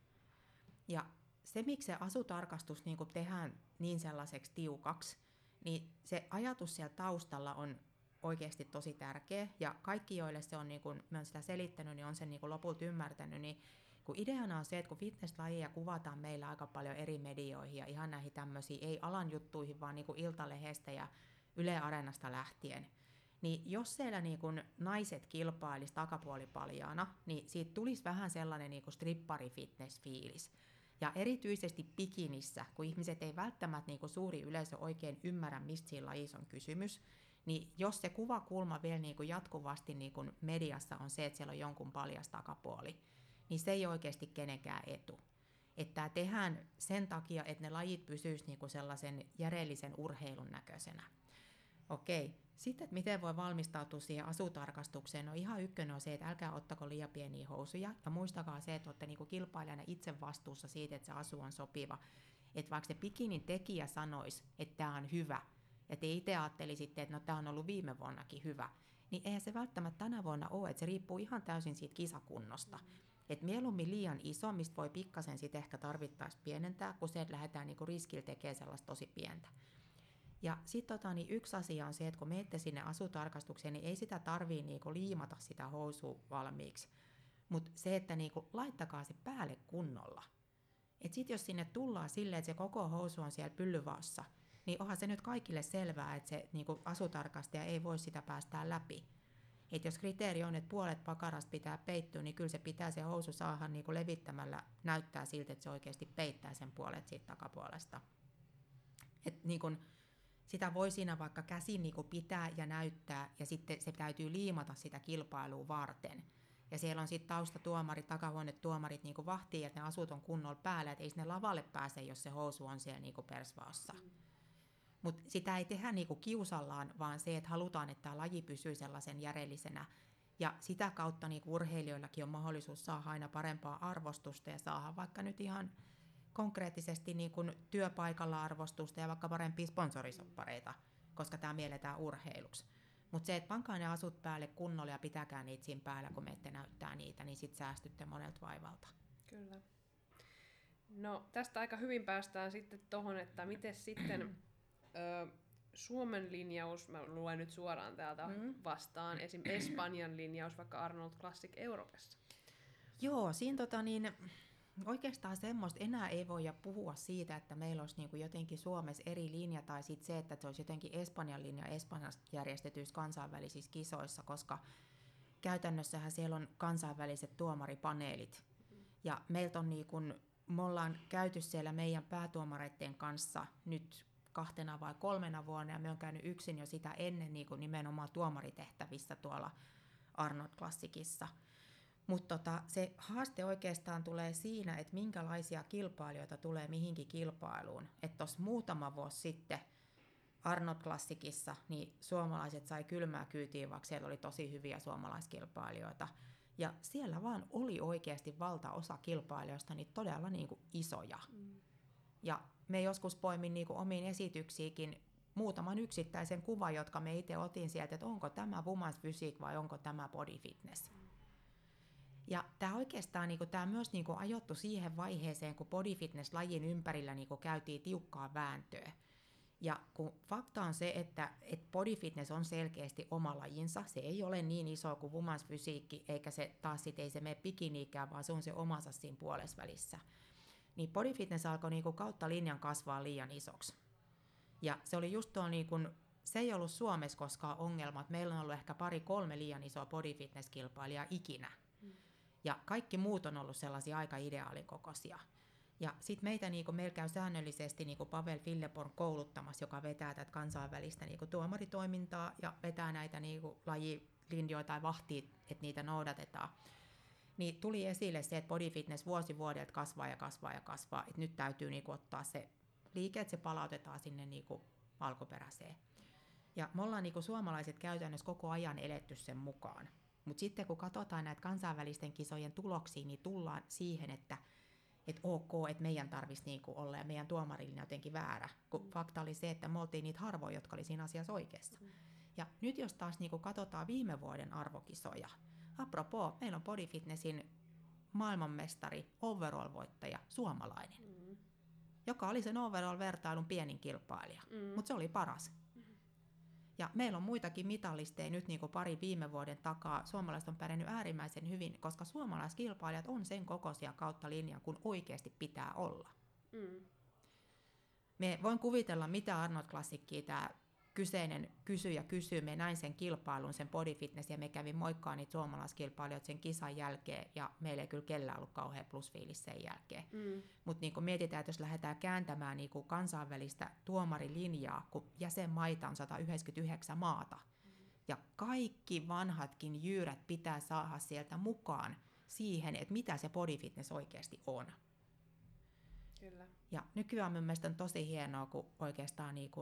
Ja se, miksi se asutarkastus niin kun tehdään niin sellaiseksi tiukaksi, niin se ajatus siellä taustalla on oikeasti tosi tärkeä. Ja kaikki, joille se on, niin kun mä oon sitä selittänyt, niin on sen niin kun lopulta ymmärtänyt, niin kun ideana on se, että kun fitnesslajia kuvataan meillä aika paljon eri medioihin ja ihan näihin tämmöisiin, ei alan juttuihin, vaan niin kuin Iltalehdestä ja Yle Areenasta lähtien, niin jos siellä niin kun naiset kilpailisi takapuolipaljaana, niin siitä tulisi vähän sellainen niin kuin strippari-fitness-fiilis. Ja erityisesti bikinissä, kun ihmiset ei välttämättä niin kuin suuri yleisö oikein ymmärrä, mistä siinä lajissa on kysymys, niin jos se kuvakulma vielä niin kuin jatkuvasti niin kuin mediassa on se, että siellä on jonkun paljas takapuoli, niin se ei oikeasti kenenkään etu. Että tämä tehdään sen takia, että ne lajit pysyisivät niin kuin sellaisen järjellisen urheilun näköisenä. Okei. Sitten, että miten voi valmistautua siihen asutarkastukseen, no ihan ykkönen on se, että älkää ottako liian pieniä housuja, ja muistakaa se, että olette niinku kilpailijana itse vastuussa siitä, että se asu on sopiva. Että vaikka se bikinin tekijä sanoisi, että tämä on hyvä, ja te itse ajattelisitte, että no tämä on ollut viime vuonnakin hyvä, niin eihän se välttämättä tänä vuonna ole, että se riippuu ihan täysin siitä kisakunnosta. Mm. Että mieluummin liian iso, mistä voi pikkasen sitten ehkä tarvittaisi pienentää, kun se, että lähdetään niinku riskillä tekemään sellaista tosi pientä. Ja sitten tota, niin yksi asia on se, että kun menette sinne asutarkastukseen, niin ei sitä tarvii niinku liimata sitä housua valmiiksi. Mutta se, että niinku laittakaa se päälle kunnolla. Että sitten jos sinne tullaan silleen, että se koko housu on siellä pyllyvaassa, niin onhan se nyt kaikille selvää, että se niinku asutarkastaja ei voi sitä päästää läpi. Et jos kriteeri on, että puolet pakarasta pitää peittyä, niin kyllä se pitää se housu saada niinku levittämällä näyttää siltä, että se oikeasti peittää sen puolet siitä takapuolesta. Et niinku, sitä voi siinä vaikka käsin niinku pitää ja näyttää, ja sitten se täytyy liimata sitä kilpailua varten. Ja siellä on sitten taustatuomarit, takahuonetuomarit niinku vahtii, että ne asut on kunnolla päällä, että ei sinne lavalle pääse, jos se housu on siellä niinku persvaassa. Mm. Mutta sitä ei tehdä niinku kiusallaan, vaan se, että halutaan, että tämä laji pysyy sellaisen järjellisenä. Ja sitä kautta niinku urheilijoillakin on mahdollisuus saada aina parempaa arvostusta ja saada vaikka nyt ihan konkreettisesti niinku työpaikalla arvostusta ja vaikka parempia sponsorisoppareita, koska tämä mielletään urheiluksi. Mutta se, että pankaa ne asut päälle kunnolla ja pitäkää niitä siinä päällä, kun menette näyttää niitä, niin sitten säästytte monelta vaivalta. Kyllä. No tästä aika hyvin päästään sitten tuohon, että miten sitten ö, Suomen linjaus, mä luen nyt suoraan täältä mm. vastaan, esim. Espanjan linjaus vaikka Arnold Classic Euroopassa. Joo, siinä tota niin, oikeastaan semmoista enää ei voida puhua siitä, että meillä olisi niinku jotenkin Suomessa eri linja, tai sitten se, että se olisi jotenkin Espanjan linja Espanjassa järjestetyissä kansainvälisissä kisoissa, koska käytännössähän siellä on kansainväliset tuomaripaneelit. Ja meiltä on niinku, me ollaan käyty siellä meidän päätuomareiden kanssa nyt kahtena vai kolmena vuonna, ja me on käynyt yksin jo sitä ennen niinku nimenomaan tuomaritehtävissä tuolla Arnold Classicissa. Mutta tota, se haaste oikeastaan tulee siinä, että minkälaisia kilpailijoita tulee mihinkin kilpailuun. Että tuossa muutama vuosi sitten Arnold Classicissa niin suomalaiset sai kylmää kyytiin, vaikka siellä oli tosi hyviä suomalaiskilpailijoita. Ja siellä vaan oli oikeasti valtaosa kilpailijoista niin todella niin kuin isoja. Mm. Ja me joskus poimin niin kuin omiin esityksiinkin muutaman yksittäisen kuvan, jotka me itse otin sieltä, että onko tämä women's physique vai onko tämä body fitness. Mm. Ja tämä oikeastaan niinku, tää myös niinku ajoittu siihen vaiheeseen, kun body fitness-lajin ympärillä niinku käytiin tiukkaa vääntöä. Ja kun fakta on se, että et body fitness on selkeästi oma lajinsa, se ei ole niin iso kuin women's fysiikki, eikä se taas sit ei se mene bikiniikään, vaan se on se omansa siinä puolesvälissä. Niin body fitness alkoi niinku kautta linjan kasvaa liian isoksi. Ja se oli just tuo, niinku, se ei ollut Suomessa koskaan ongelma, että meillä on ollut ehkä pari kolme liian isoa body fitness-kilpailijaa ikinä. Ja kaikki muut on ollut sellaisia aika ideaalikokoisia. Ja sitten meitä, niinku, meillä käy säännöllisesti niinku Pavel Filleborn kouluttamassa, joka vetää tätä kansainvälistä niinku tuomaritoimintaa ja vetää näitä niinku lajilinjoja tai vahtii, että niitä noudatetaan. Niin tuli esille se, että body fitness vuosi vuodelta kasvaa ja kasvaa ja kasvaa. Et nyt täytyy niinku ottaa se liike, että se palautetaan sinne niinku alkuperäiseen. Ja me ollaan niinku suomalaiset käytännössä koko ajan eletty sen mukaan. Mutta sitten kun katsotaan näitä kansainvälisten kisojen tuloksia, niin tullaan siihen, että et ok, että meidän tarvitsisi niinku olla ja meidän tuomarillinen jotenkin väärä. Kun mm. fakta oli se, että me oltiin niitä harvoja, jotka oli siinä asiassa oikeassa. Mm. Ja nyt jos taas niinku katsotaan viime vuoden arvokisoja, apropos, meillä on body fitnessin maailmanmestari, overall-voittaja, suomalainen, mm. joka oli sen overall-vertailun pienin kilpailija, mm. mutta se oli paras. Ja meillä on muitakin mitalisteja nyt niin kuin pari viime vuoden takaa. Suomalaiset on pärjännyt äärimmäisen hyvin, koska suomalaiskilpailijat on sen kokoisia kautta linjan, kun oikeasti pitää olla. Mm. Me voin kuvitella, mitä Arnold Classicia tämä kyseinen kysyjä kysyy. Me näin sen kilpailun, sen body fitness, ja me kävin moikkaa niitä suomalaiskilpailijoita sen kisan jälkeen, ja meillä ei kyllä kellään ollut kauhean plusfiilis sen jälkeen. Mm. Mutta niin mietitään, että jos lähdetään kääntämään niin kuin kansainvälistä tuomarilinjaa, kun jäsenmaita on sata yhdeksänkymmentäyhdeksän maata, mm. ja kaikki vanhatkin jyyrät pitää saada sieltä mukaan siihen, että mitä se body fitness oikeasti on. Kyllä. Ja nykyään mun mielestä on tosi hienoa, kun oikeastaan niin kun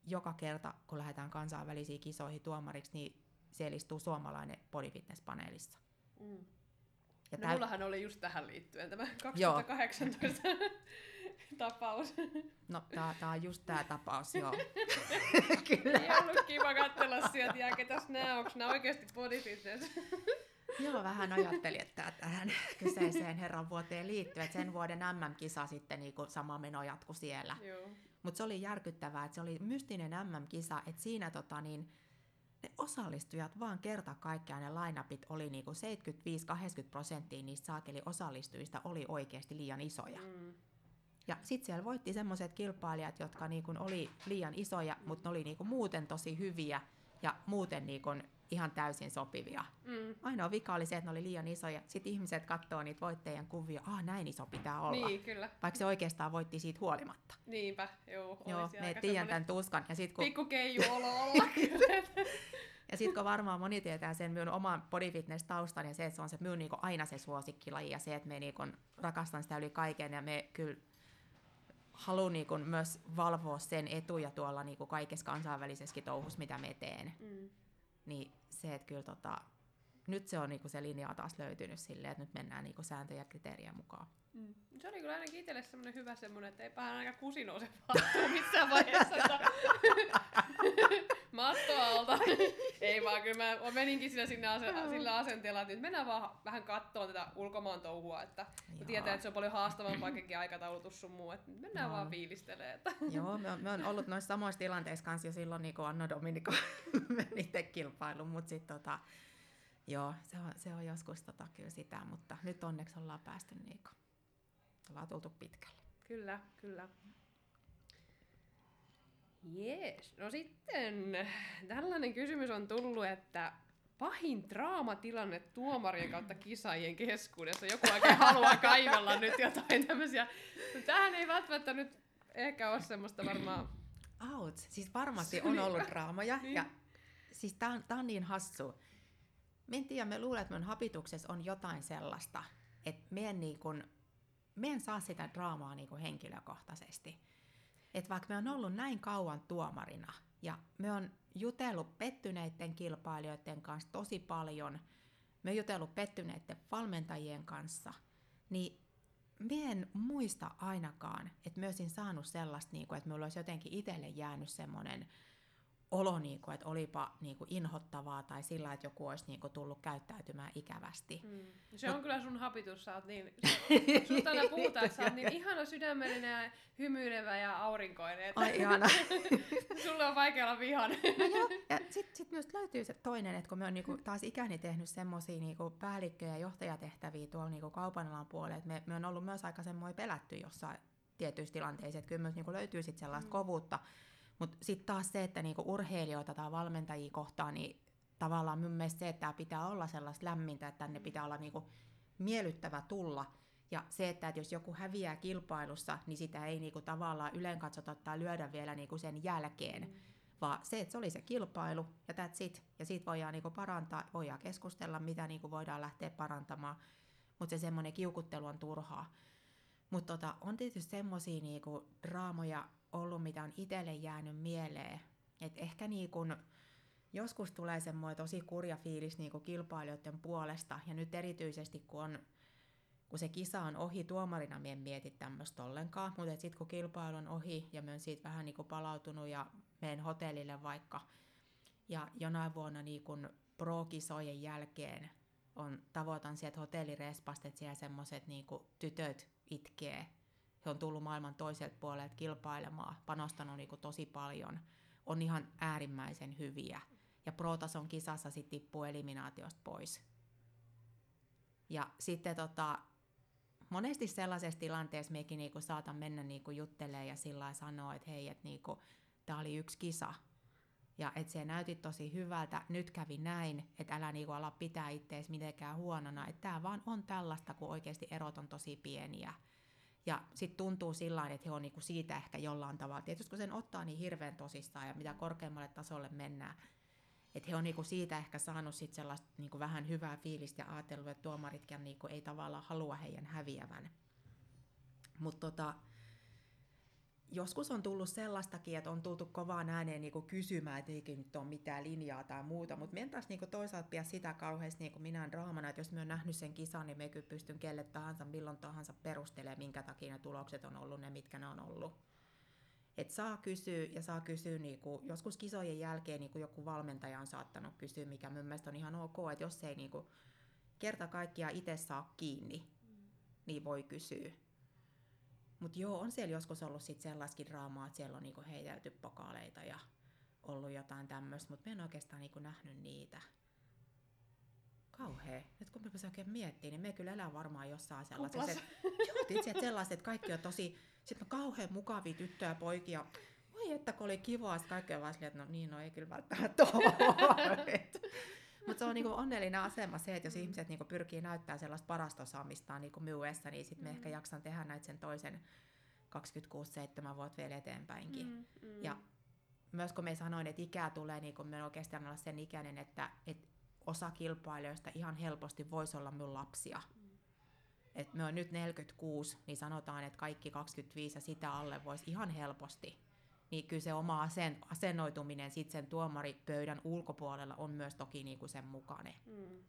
joka kerta, kun lähdetään kansainvälisiin kisoihin tuomariksi, niin siellä istuu suomalainen bodyfitness-paneelissa. Mm. Ja no täy- mullahan oli just tähän liittyen tämä kaksituhattakahdeksantoista tapaus. No, tää, tää on just tää tapaus, joo. Kyllä. Ei ollut kiva katsella sieltä, ja ketäs nää, onks nää oikeesti bodyfitness? Joo, vähän ajattelin, että tähän kyseiseen herran vuoteen liittyy, että sen vuoden M M-kisa sitten niinku sama meno jatkui siellä. Mutta se oli järkyttävää, että se oli mystinen M M-kisa, että siinä tota niin, ne osallistujat vaan kerta kaikkiaan ne line-upit oli niinku seitsemänkymmentäviisi kahdeksankymmentä prosenttia niistä saakeli osallistujista oli oikeasti liian isoja. Mm. Ja sitten siellä voitti semmoiset kilpailijat, jotka niinku oli liian isoja, mm. mutta ne oli niinku muuten tosi hyviä ja muuten niinku ihan täysin sopivia. Mm. Ainoa vika oli se, että ne oli liian isoja. Sitten ihmiset katsoo niitä voittajien kuvia, ah näin iso pitää olla. Niin, kyllä. Vaikka se oikeastaan voitti siitä huolimatta. Niinpä, joo. Joo, me tiedän tämän tuskan. Ja sit, kun... Pikku keiju olo olla kyllä. Ja sitten kun varmaan moni tietää sen minun oman bodyfitness-taustan ja se, että se on se minun niinku aina se suosikkilaji ja se, että me niinku rakastan sitä yli kaiken ja me kyllä haluan niinku myös valvoa sen etuja tuolla niinku kaikessa kansainvälisessäkin touhussa, mitä me teen. Mm. Niin se, että kyllä tota, nyt se on niinku se linja taas löytynyt silleen, että nyt mennään niinku sääntöjä ja kriteerien mukaan. Mm. Se oli kyllä ainakin itselle semmoinen hyvä semmoinen, että ei päähän aika kusi nouse vaattuun missään vaiheessa. Matto alta. Ei vaan, kyllä mä meninkin sillä, sinne ase- sillä asenteella, että nyt mennään vaan vähän kattoon tätä ulkomaan touhua, että kun tietää, että se on paljon haastavampaa kaikki aikataulutus sun muu, että mennään no. vaan fiilistelemään. Että. Joo, me on, me on ollut noissa samoissa tilanteissa kanssa jo silloin, niin kuin Anno Dominico meni itse kilpailuun, mutta sitten tota, joo, se on, se on joskus tota, kyllä sitä, mutta nyt onneksi ollaan päästy niinku, ollaan tultu pitkälle. Kyllä, kyllä. Jees, no sitten tällainen kysymys on tullut, että pahin draamatilanne tuomarien kautta kisaajien keskuudessa. Joku oikein haluaa kaivella nyt jotain tämmöisiä. Tähän ei välttämättä nyt ehkä ole semmoista varmaan. Auts, siis varmasti on ollut draamoja. Niin. Ja siis tää on, tää on niin hassu. Me en tiedä, me luulen, että mun habituksessa on jotain sellaista, että me en, niin kun, me en saa sitä draamaa niin kun henkilökohtaisesti. Että vaikka me on ollut näin kauan tuomarina ja me on jutellut pettyneiden kilpailijoiden kanssa tosi paljon, me on jutellut pettyneiden valmentajien kanssa, niin me en muista ainakaan, että me olisin saanut sellaista, että minulla olisi jotenkin itselle jäänyt semmoinen olo, että olipa inhottavaa tai sillä, että joku olisi tullut käyttäytymään ikävästi. Mm. Se on Mut... kyllä sun habitus, sä oot niin, sulta aina puhutaan, että sä oot niin ihana sydämellinen ja hymyilevä ja aurinkoinen. Että ai ihana. Sulle on vaikea olla vihainen. No joo, ja sitten sit myös löytyy se toinen, että kun me on niinku taas ikäni tehnyt semmoisia niinku päällikkö- ja johtajatehtäviä tuolla niinku kaupan alan puolella, että me, me on ollut myös aika semmoinen pelätty jossain tietyissä tilanteissa, että kyllä myös niinku löytyy sit sellaista mm. kovuutta. Mutta sitten taas se, että niinku urheilijoita tai valmentajia kohtaan, niin tavallaan mun mielestä se, että tää pitää olla sellaista lämmintä, että tänne pitää olla niinku miellyttävä tulla. Ja se, että, että jos joku häviää kilpailussa, niin sitä ei niinku tavallaan yleen katsota tai lyödä vielä niinku sen jälkeen. Mm. Vaan se, että se oli se kilpailu ja that's it. Ja siitä voidaan niinku parantaa, voidaan keskustella, mitä niinku voidaan lähteä parantamaan. Mutta se semmoinen kiukuttelu on turhaa. Mutta tota, on tietysti semmoisia niinku draamoja ollut, mitä on itselle jäänyt mieleen. Et ehkä niinku, joskus tulee semmoinen tosi kurja fiilis niinku kilpailijoiden puolesta. Ja nyt erityisesti, kun, on, kun se kisa on ohi, tuomarina me en mieti tämmöistä ollenkaan. Mutta sitten kun kilpailu on ohi ja me on siitä vähän niinku palautunut ja menen hotellille vaikka. Ja jonain vuonna niinku pro-kisojen jälkeen on, tavoitan sieltä hotellirespasta, että siellä semmoiset niinku tytöt itkee. He on tullut maailman toiselta puolelta kilpailemaan, panostanut niinku tosi paljon, on ihan äärimmäisen hyviä. Ja pro-tason kisassa sitten tippuu eliminaatiosta pois. Ja sitten tota, monesti sellaisessa tilanteessa mekin niinku saatan mennä niinku juttelemaan ja sillä lailla sanoa, että hei, että niinku, tämä oli yksi kisa. Ja että se näytti tosi hyvältä, nyt kävi näin, että älä niinku ala pitää itseäsi mitenkään huonona. Että tämä vaan on tällaista, kun oikeasti erot on tosi pieniä. Ja sitten tuntuu sillä että he on niinku siitä ehkä jollain tavalla. Tietysti kun sen ottaa niin hirveän tosissaan ja mitä korkeammalle tasolle mennään, että he on niinku siitä ehkä saanut sit sellaista niinku vähän hyvää fiilistä ja ajatellut, että tuomaritkin niinku ei tavallaan halua heidän häviävän. Mutta tota, joskus on tullut sellaistakin, että on tultu kovaan ääneen niinku kysymään, että eikä nyt ole mitään linjaa tai muuta, mutta me en taas niinku toisaalta pidä sitä kauheasti niinku minään draamana, että jos me on nähnyt sen kisan, niin me kyllä pystyn kelle tahansa, milloin tahansa perustelemaan, minkä takia ne tulokset on ollut ne, mitkä ne on ollut. Et saa kysyä ja saa kysyä, niinku, joskus kisojen jälkeen niinku joku valmentaja on saattanut kysyä, mikä mun mielestä on ihan ok, että jos ei niinku kerta kaikkiaan itse saa kiinni, niin voi kysyä. Mutta joo, on siellä joskus ollut sit sellaiskin draamaa, että siellä on niinku heitelty pokaaleita ja ollut jotain tämmöistä, mutta mä en oikeastaan niinku nähnyt niitä. Kauhea. Nyt kun mä pysin oikein miettimään, niin me kyllä elää varmaan jossain sellaisessa. Joo, itse sellaiset, että kaikki on tosi, sitten kauhean mukavia tyttöjä ja poikia. Voi että kun oli kivaa, sitten kaikki on vaan silleen, että no niin, no ei kyllä välttämättä ole. Mutta se on niinku onnellinen asema se, että jos mm. ihmiset niinku pyrkii näyttämään sellaista parasta osaamistaan niinku myydessä, niin sitten me mm. ehkä jaksan tehdä näitä sen toisen kaksikymmentäkuusi seitsemän vuotta vielä eteenpäinkin. Mm. Mm. Ja myös kun me sanoin, että ikää tulee, niin kun me oikeastaan olla sen ikäinen, että, että osa kilpailijoista ihan helposti voisi olla minun lapsia. Mm. Et me on nyt neljäkymmentäkuusi, niin sanotaan, että kaikki kaksikymmentäviisi ja sitä alle voisi ihan helposti. Niin kyllä se oma asen, asennoituminen sit sen tuomaripöydän ulkopuolella on myös toki niinku sen mukainen. Mm,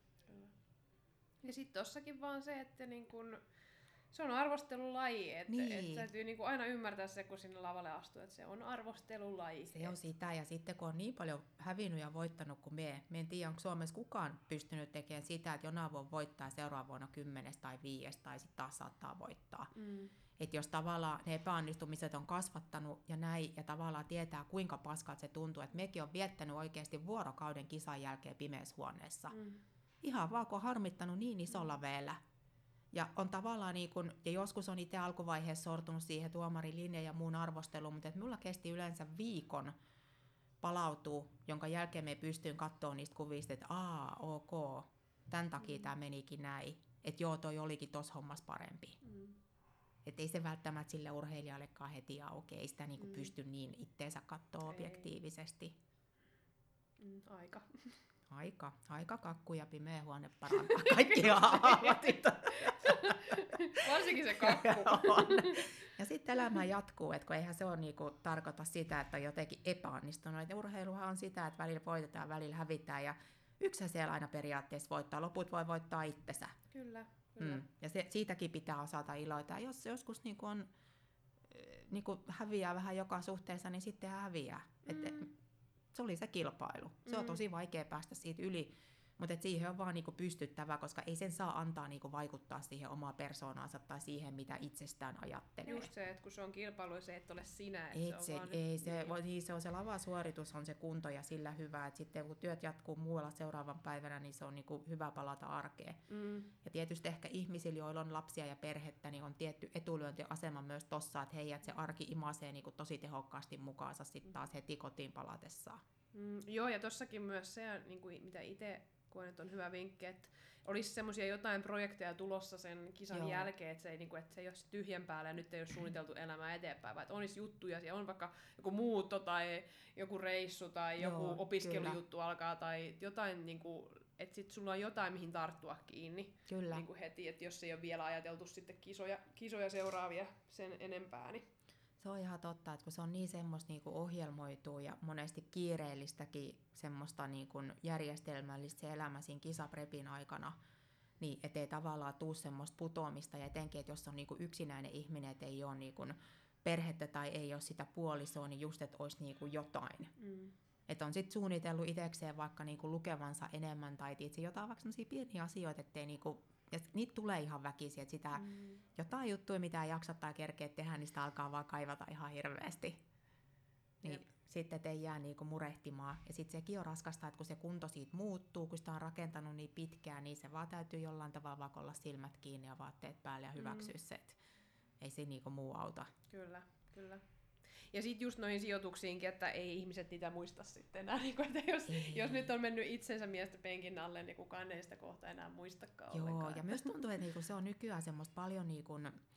ja sitten tossakin vaan se, että niin kun, se on arvostelulaji, että niin. et täytyy niinku aina ymmärtää se, kun sinne lavalle astuu, että se on arvostelulaji. Se on sitä, ja sitten kun on niin paljon hävinnyt ja voittanut kuin me, me en tiedä, onko Suomessa kukaan pystynyt tekemään sitä, että jonain vuonna voittaa seuraavana vuonna kymmenes tai viides, tai sitten taas saattaa voittaa. Mm. Että jos tavallaan ne epäonnistumiset on kasvattanut ja näin, ja tavallaan tietää, kuinka paskalta se tuntuu, että mekin on viettänyt oikeasti vuorokauden kisan jälkeen pimeässä huoneessa. Mm. Ihan vaan, kun on harmittanut niin isolla veellä. Ja on tavallaan niin kun, ja joskus on itse alkuvaiheessa sortunut siihen tuomarin linjaan ja muun arvosteluun, mutta että minulla kesti yleensä viikon palautua, jonka jälkeen me pystyin katsoa niistä kuvista, että aa, ok, tämän takia mm. tämä menikin näin. Että joo, toi olikin tossa hommassa parempi. Mm. Että ei se välttämättä sille urheilijallekaan heti auki, ei sitä niinku mm. pysty niin itteensä katsoa objektiivisesti. Mm, aika. Aika. Aika kakku ja pimeä huone parantaa kaikkia haatit. Varsinkin se kakku. Ja sitten elämä jatkuu, että kun eihän se ole niinku tarkoita sitä, että on jotenkin epäonnistunut. Et urheiluhan on sitä, että välillä voitetaan, välillä hävitään ja yksi siellä aina periaatteessa voittaa, loput voi voittaa itsensä. Kyllä. Mm. Ja se, siitäkin pitää osata iloita. Ja jos joskus niinku on, niinku häviää vähän joka suhteessa, niin sitten häviää. Mm. Et, se oli se kilpailu. Se mm. on tosi vaikea päästä siitä yli, mutta siihen on vaan niinku pystyttävä, koska ei sen saa antaa niinku vaikuttaa siihen omaa persoonaansa tai siihen, mitä itsestään ajattelee. Just se, että kun se on kilpailu, se et ole sinä. Et se, se, on ei, nyt, se, niin. Niin, se on se lavasuoritus, on se kunto ja sillä hyvä. Et sitten kun työt jatkuu muualla seuraavan päivänä, niin se on niinku hyvä palata arkeen. Mm. Ja tietysti ehkä ihmisillä, joilla on lapsia ja perhettä, niin on tietty etulyöntiasema myös tossa, että heijät se arki imasee niinku tosi tehokkaasti mukaansa sitten taas heti kotiin palatessaan. Mm, joo, ja tossakin myös se, niin kuin mitä itse koen, että on hyvä vinkki, että olisi semmoisia jotain projekteja tulossa sen kisan joo. jälkeen, että se, ei, niin kuin, että se ei ole tyhjän päällä ja nyt ei ole suunniteltu elämää eteenpäin, vaan että olisi juttuja, ja on vaikka joku muutto tai joku reissu tai joo, joku opiskelujuttu kyllä. alkaa tai jotain, niin kuin, että sit sulla on jotain, mihin tarttua kiinni niin kuin heti, että jos ei ole vielä ajateltu sitten kisoja, kisoja seuraavia sen enempää, niin se on ihan totta, että kun se on niin semmoista niinku ohjelmoitua ja monesti kiireellistäkin semmoista niinku järjestelmällistä se elämä siinä kisaprepin aikana, niin ettei tavallaan tuu semmoista putoamista ja etenkin, että jos on niinku yksinäinen ihminen, että ei ole niinku perhettä tai ei ole sitä puolisoa, niin just, että olisi niinku jotain. Mm. Että on sitten suunnitellut itsekseen vaikka niinku lukevansa enemmän tai itse jotain vaikka sellaisia pieniä asioita, ettei niinku ja niitä tulee ihan väkisin, että sitä mm. jotain juttuja, mitä ei jaksa tai kerkeä tehdä, niin sitä alkaa vaan kaivata ihan hirveästi. Niin yep. sitten ei jää niinku murehtimaan. Ja sitten sekin on raskasta, että kun se kunto siitä muuttuu, kun sitä on rakentanut niin pitkään, niin se vaan täytyy jollain tavalla vaikka olla silmät kiinni ja vaatteet päälle ja hyväksyä mm. se, että ei se niinku muu auta. Kyllä, kyllä. Ja sitten just noihin sijoituksiinkin, että ei ihmiset niitä muista sitten enää. Että jos, jos nyt on mennyt itsensä mielestä penkin alle, niin kukaan ei sitä kohta enää muistakaan Joo, ollenkaan. Ja myös tuntuu, että niinku se on nykyään semmoista paljon niinku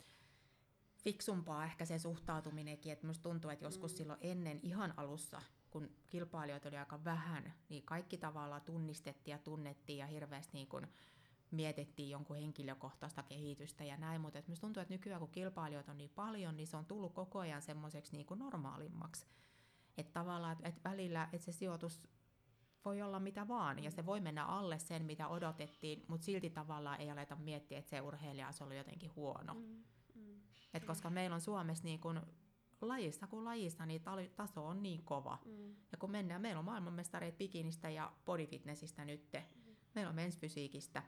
fiksumpaa ehkä se suhtautuminenkin. Että myös tuntuu, että joskus mm. silloin ennen ihan alussa, kun kilpailijoita oli aika vähän, niin kaikki tavallaan tunnistettiin ja tunnettiin ja hirveästi niinku mietittiin jonkun henkilökohtaista kehitystä ja näin, mutta minusta tuntuu, että nykyään kun kilpailijoita on niin paljon, niin se on tullut koko ajan semmoiseksi niin kuin normaalimmaksi. Että tavallaan, että et välillä että se sijoitus voi olla mitä vaan, ja se voi mennä alle sen, mitä odotettiin, mutta silti tavallaan ei aleta miettiä, että se urheilija on ollut jotenkin huono. Mm, mm, Et koska mm. meillä on Suomessa niin kun lajissa kuin lajissa, niin taso on niin kova. Mm. Ja kun mennään, meillä on maailmanmestareita bikinistä ja bodyfitnessistä nyt. Mm. Meillä on mensfysiikistä,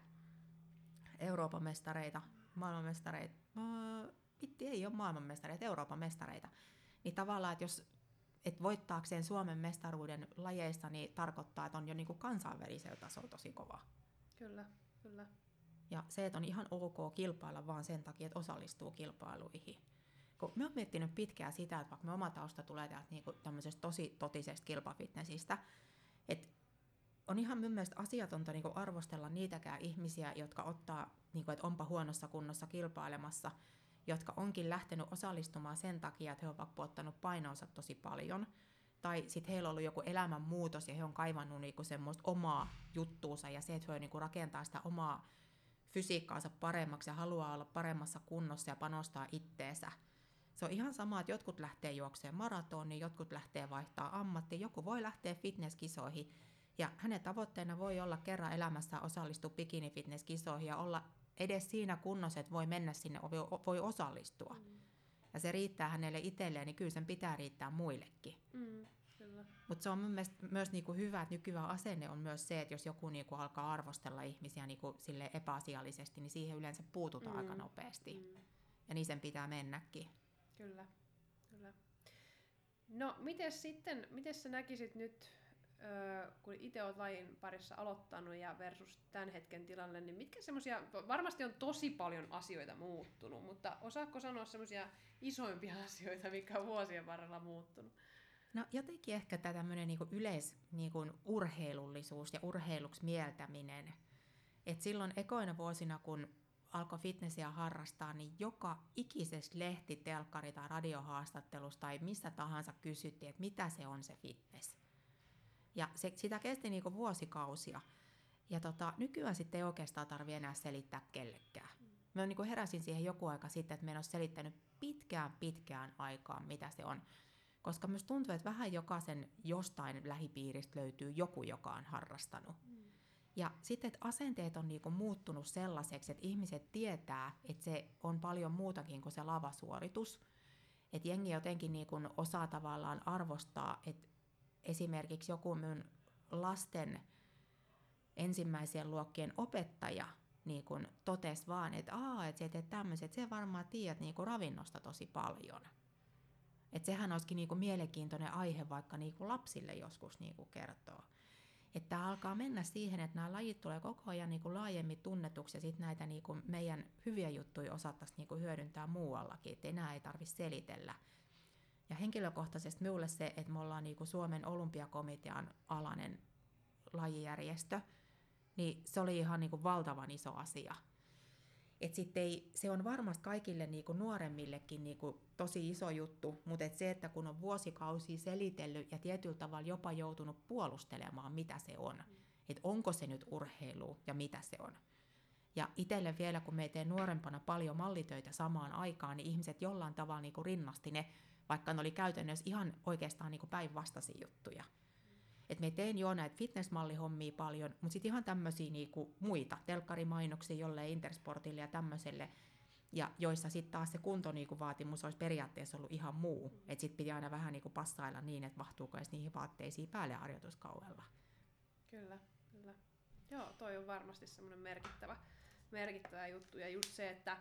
Euroopan mestareita, maailmanmestareita, pitti ei ole maailmanmestareita, Euroopan mestareita. Niin tavallaan, että jos et voittaakseen Suomen mestaruuden lajeissa, niin tarkoittaa, että on jo niinku kansainvälisellä tasolla tosi kova. Kyllä, kyllä. Ja se, että on ihan ok kilpailla vaan sen takia, että osallistuu kilpailuihin. Kun mä oon miettinyt pitkään sitä, että vaikka me oma tausta tulee täältä niinku tämmöisestä tosi totisesta kilpafitnessistä, että on ihan mun mielestä asiatonta niinku arvostella niitäkään ihmisiä, jotka ottaa, niinku, että onpa huonossa kunnossa kilpailemassa, jotka onkin lähtenyt osallistumaan sen takia, että he ovat vaikka ottanut painonsa tosi paljon, tai sitten heillä on ollut joku elämänmuutos ja he on kaivannut niinku semmoista omaa juttuunsa ja se, että he voi niinku rakentaa sitä omaa fysiikkaansa paremmaksi ja haluaa olla paremmassa kunnossa ja panostaa itteensä. Se on ihan sama, että jotkut lähtee juokseen maratoniin, jotkut lähtee vaihtaa ammattiin, joku voi lähteä fitnesskisoihin ja hänen tavoitteena voi olla kerran elämässä osallistua bikini-fitnesskisoihin ja olla edes siinä kunnossa, että voi mennä sinne, voi osallistua. Mm. Ja se riittää hänelle itselleen, niin kyllä sen pitää riittää muillekin. Mm, mutta se on mun mielestä myös niinku hyvä, että nykyään asenne on myös se, että jos joku niinku alkaa arvostella ihmisiä niinku sille epäasiallisesti, niin siihen yleensä puututaan mm. aika nopeasti. Mm. Ja niin sen pitää mennäkin. Kyllä, kyllä. No, miten sitten, miten sä näkisit nyt, öö, kun itse olet lajin parissa aloittanut ja versus tämän hetken tilanne, niin mitkä semmoisia, varmasti on tosi paljon asioita muuttunut, mutta osaatko sanoa semmoisia isoimpia asioita, mitkä on vuosien varrella muuttunut? No jotenkin ehkä tämä tämmöinen niinku yleis niinku urheilullisuus ja urheiluksi mieltäminen. Et silloin ekoina vuosina, kun alkoi fitnessiä harrastaa, niin joka ikisessä lehti, telkkari tai radiohaastattelussa tai missä tahansa kysyttiin, että mitä se on se fitness. Ja se, sitä kesti niinku vuosikausia. Ja tota, nykyään sitten ei oikeastaan tarvitse enää selittää kellekään. Mm. Mä niinku heräsin siihen joku aika sitten, että mä en ole selittänyt pitkään pitkään aikaan, mitä se on. Koska myös tuntuu, että vähän jokaisen jostain lähipiiristä löytyy joku, joka on harrastanut. Mm. Ja sitten, että asenteet on niinku muuttunut sellaiseksi, että ihmiset tietää, että se on paljon muutakin kuin se lavasuoritus. Että jengi jotenkin niinku osaa tavallaan arvostaa, että esimerkiksi joku mun lasten ensimmäisen luokkien opettaja niin kun totesi vaan, että aa, että sä teet tämmöiset, että sä varmaan tiedät niin kun ravinnosta tosi paljon. Että sehän olisikin niin kun mielenkiintoinen aihe vaikka niin kun lapsille joskus niin kun kertoo. Että tämä alkaa mennä siihen, että nämä lajit tulee koko ajan niin kun laajemmin tunnetuksi ja sitten näitä niin kun meidän hyviä juttuja osattaisiin niin kun hyödyntää muuallakin, että enää ei tarvitse selitellä. Ja henkilökohtaisesti minulle se, että me ollaan niin kun Suomen olympiakomitean alainen lajijärjestö, niin se oli ihan niin kuin valtavan iso asia. Et sit ei, se on varmasti kaikille niin kuin nuoremmillekin niin kuin tosi iso juttu, mutta et se, että kun on vuosikausia selitellyt ja tietyllä tavalla jopa joutunut puolustelemaan, mitä se on, mm. että onko se nyt urheilu ja mitä se on. Ja itselle vielä, kun me teen nuorempana paljon mallitöitä samaan aikaan, niin ihmiset jollain tavalla niin kuin rinnasti ne, vaikka ne oli käytännössä ihan oikeastaan niin kuin päinvastaisia juttuja. Että me tein jo näitä fitnessmallihommia paljon, mutta sitten ihan tämmöisiä niinku muita, telkkarimainoksia jolle Intersportille ja tämmöiselle, ja joissa sitten taas se kuntoniikuvaatimus olisi periaatteessa ollut ihan muu. Että sitten piti aina vähän niinku passailla niin, että mahtuuko edes niihin vaatteisiin päälle harjoituskaudella. Kyllä, kyllä. Joo, toi on varmasti semmoinen merkittävä, merkittävä juttu. Ja just se, että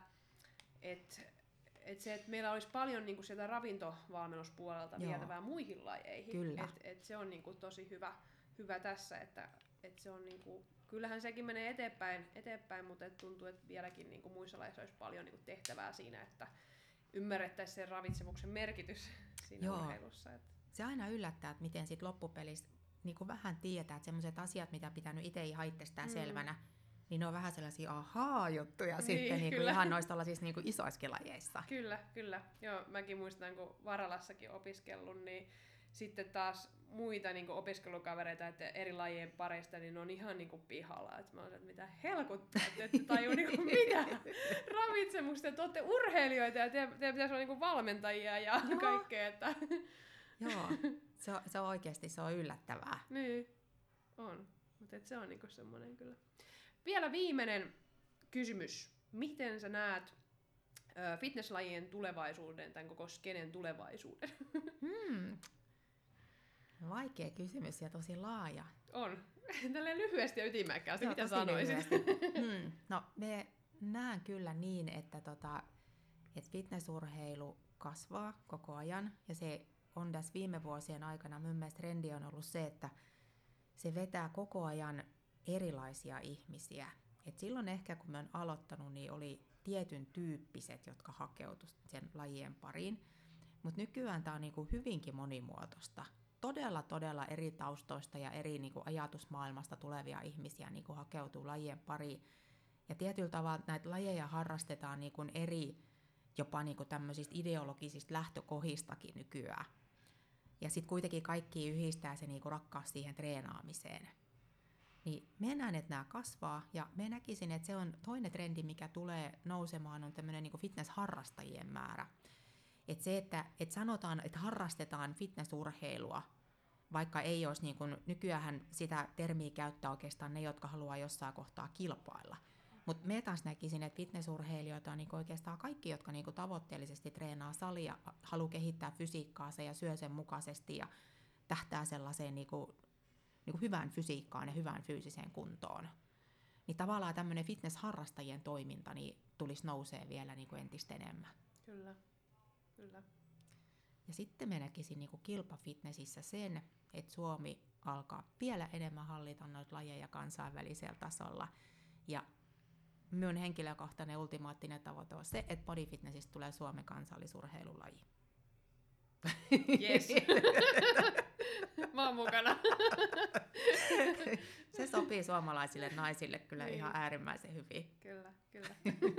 et, et se, että meillä olisi paljon niinku sieltä ravintovalmennuspuolelta Joo. vietävää muihin lajeihin. Et, et se on niinku tosi hyvä, hyvä tässä, että et se on niinku, kyllähän sekin menee eteenpäin, eteenpäin mutta et tuntuu, että vieläkin niinku muissa lajeissa olisi paljon niinku tehtävää siinä, että ymmärrettäisiin sen ravitsemuksen merkitys siinä Joo. urheilussa. Et. Se aina yllättää, että miten sit loppupelissä niinku vähän tietää, että sellaiset asiat, mitä pitänyt itse ihan itsestään mm. selvänä, niin ne on vähän sellaisia ahaa-juttuja niin, sitten niinku ihan noissa niinku isoissakin lajeissa. Kyllä, kyllä. Joo, mäkin muistan, kun Varalassakin opiskellut, niin sitten taas muita niin kuin opiskelukavereita että eri lajien pareista, niin ne on ihan niin kuin pihalla. Et mä oon, että mitä helkuttaa, että ette tajua niin kuin mitä ravitsemusta, että olette urheilijoita ja teidän, teidän pitäisi olla niin kuin valmentajia ja Joo. kaikkea. Että Joo, se on, se on oikeasti se on yllättävää. Niin, on. Mutta se on niinku semmoinen kyllä. Vielä viimeinen kysymys. Miten sä näet ö, fitnesslajien tulevaisuuden, tämän koko skenen tulevaisuuden? Hmm. Vaikea kysymys ja tosi laaja. On. Tälleen lyhyesti ja ytimäkkäästi, Joo, mitä sanoisit? hmm. No, me näen kyllä niin, että, tota, että fitnessurheilu kasvaa koko ajan ja se on tässä viime vuosien aikana, mun mielestä trendi on ollut se, että se vetää koko ajan erilaisia ihmisiä. Et silloin ehkä kun mä oon aloittanut, niin oli tietyn tyyppiset, jotka hakeutuivat sen lajien pariin. Mutta nykyään tämä on niinku hyvinkin monimuotoista. Todella, todella eri taustoista ja eri niinku ajatusmaailmasta tulevia ihmisiä niinku hakeutuu lajien pariin. Ja tietyllä tavalla näitä lajeja harrastetaan niinku eri, jopa niinku tämmöisistä ideologisista lähtökohistakin nykyään. Ja sitten kuitenkin kaikki yhdistää se niinku rakkaus siihen treenaamiseen. Niin mä näen, että nämä kasvaa, ja mä näkisin, että se on toinen trendi, mikä tulee nousemaan, on tämmöinen niinku fitness-harrastajien määrä. Et se, että et sanotaan, että harrastetaan fitnessurheilua, vaikka ei olisi, niinku, nykyään sitä termiä käyttää oikeastaan ne, jotka haluaa jossain kohtaa kilpailla. Mutta me taas näkisin, että fitnessurheilijoita on niinku oikeastaan kaikki, jotka niinku tavoitteellisesti treenaa salia, haluaa kehittää fysiikkaansa ja syö sen mukaisesti ja tähtää sellaiseen niinku, niinku hyvään fysiikkaan ja hyvään fyysiseen kuntoon. Niin tavallaan tämmöinen fitness-harrastajien toiminta niin tulisi nousee vielä niinku entistä enemmän. Kyllä, kyllä. Ja sitten me näkisin niinku kilpafitnessissä sen, että Suomi alkaa vielä enemmän hallita noita lajeja kansainvälisellä tasolla. Ja minun henkilökohtainen ultimaattinen tavoite on se, että bodyfitnessistä tulee Suomen kansallisurheilulaji. Yes. Mä oon mukana. Se sopii suomalaisille naisille kyllä niin. Ihan äärimmäisen hyvin. Kyllä, kyllä.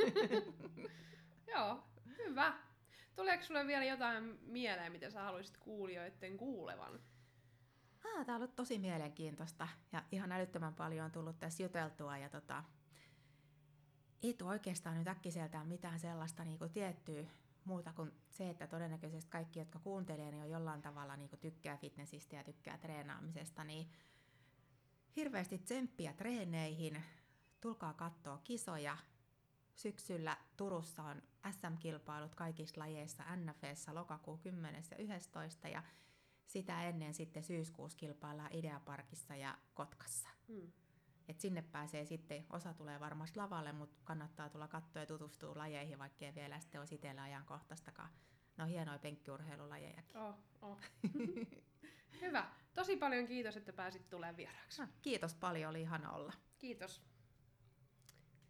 Joo, hyvä. Tuleeko sulle vielä jotain mieleen, mitä sä haluaisit kuulijoiden kuulevan? Ah, tää on ollut tosi mielenkiintoista ja ihan älyttömän paljon on tullut tässä juteltua. Ja tota, ei tule oikeastaan nyt äkkiseltään mitään sellaista niin kuin tiettyä muuta kuin se, että todennäköisesti kaikki, jotka kuuntelee, niin on jollain tavalla niin kuin tykkää fitnessistä ja tykkää treenaamisesta, niin hirveästi tsemppiä treeneihin, tulkaa katsoa kisoja. Syksyllä Turussa on S M-kilpailut kaikissa lajeissa N F E:ssä lokakuun kymmenes ja yhdestoista ja sitä ennen sitten syyskuussa kilpaillaan Ideaparkissa ja Kotkassa. Hmm. Et sinne pääsee sitten, osa tulee varmasti lavalle, mutta kannattaa tulla katsoa ja tutustua lajeihin, vaikkei vielä sitten olisi itsellä ajankohtaistakaan. No hienoja penkkiurheilulajejakin. Oh, oh. Hyvä. Tosi paljon kiitos, että pääsit tulemaan vieraaksi. No, kiitos paljon, oli ihana olla. Kiitos.